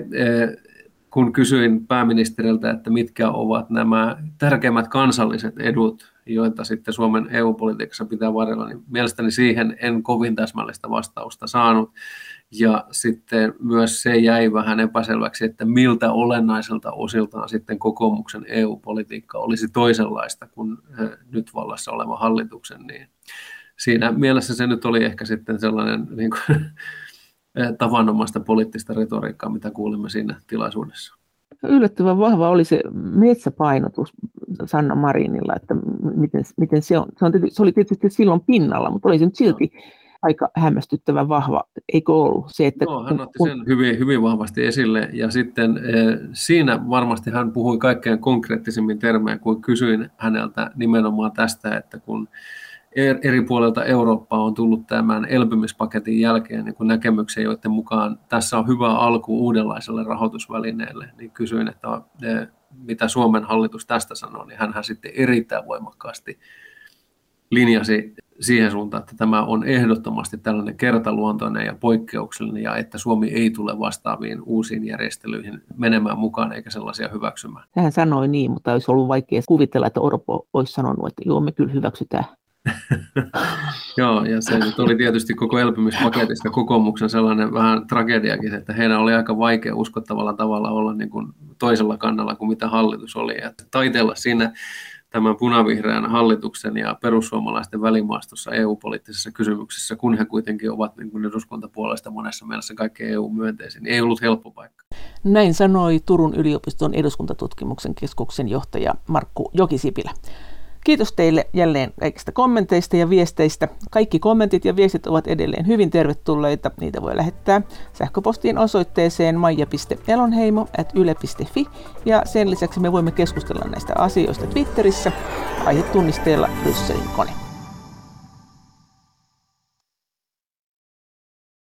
kun kysyin pääministeriltä, että mitkä ovat nämä tärkeimmät kansalliset edut, joita sitten Suomen E U-politiikassa pitää varjella, niin mielestäni siihen en kovin täsmällistä vastausta saanut. Ja sitten myös se jäi vähän epäselväksi, että miltä olennaiselta osiltaan sitten kokoomuksen E U-politiikka olisi toisenlaista kuin nyt vallassa oleva hallituksen. Niin siinä mielessä se nyt oli ehkä sitten sellainen niin kuin, tavanomaista poliittista retoriikkaa, mitä kuulimme siinä tilaisuudessa. Yllättävän vahva oli se metsäpainotus Sanna Marinilla, että miten, miten se on. Se, on tietysti, se oli tietysti silloin pinnalla, mutta oli se nyt silti aika hämmästyttävän vahva, eikö ollut? Se, että no, hän otti sen hyvin, hyvin vahvasti esille, ja sitten eh, siinä varmasti hän puhui kaikkein konkreettisimmin termejä, kun kysyin häneltä nimenomaan tästä, että kun eri puolilta Eurooppaa on tullut tämän elpymispaketin jälkeen niin kun näkemyksiä, joiden mukaan tässä on hyvä alku uudenlaiselle rahoitusvälineelle, niin kysyin, että eh, mitä Suomen hallitus tästä sanoo, niin hänhän sitten erittäin voimakkaasti linjasi siihen suuntaan, että tämä on ehdottomasti tällainen kertaluontoinen ja poikkeuksellinen, ja että Suomi ei tule vastaaviin uusiin järjestelyihin menemään mukaan eikä sellaisia hyväksymään. Hän sanoi niin, mutta olisi ollut vaikea kuvitella, että Orpo olisi sanonut, että joo, me kyllä hyväksytään. Joo, ja se nyt oli tietysti koko elpymispaketista kokoomuksen sellainen vähän tragediakin, että heidän oli aika vaikea uskottavalla tavalla olla niin kuin toisella kannalla kuin mitä hallitus oli. Ja taiteella siinä tämän punavihreän hallituksen ja perussuomalaisten välimaastossa E U-poliittisessa kysymyksessä, kun he kuitenkin ovat niin kuin eduskuntapuolesta monessa mielessä kaikki E U-myönteisin, niin ei ollut helppo paikka. Näin sanoi Turun yliopiston eduskuntatutkimuksen keskuksen johtaja Markku Jokisipilä. Kiitos teille jälleen kaikista kommenteista ja viesteistä. Kaikki kommentit ja viestit ovat edelleen hyvin tervetulleita. Niitä voi lähettää sähköpostiin osoitteeseen maija piste elonheimo ät yle piste fi ja sen lisäksi me voimme keskustella näistä asioista Twitterissä aihetunnisteella Brysselin kone.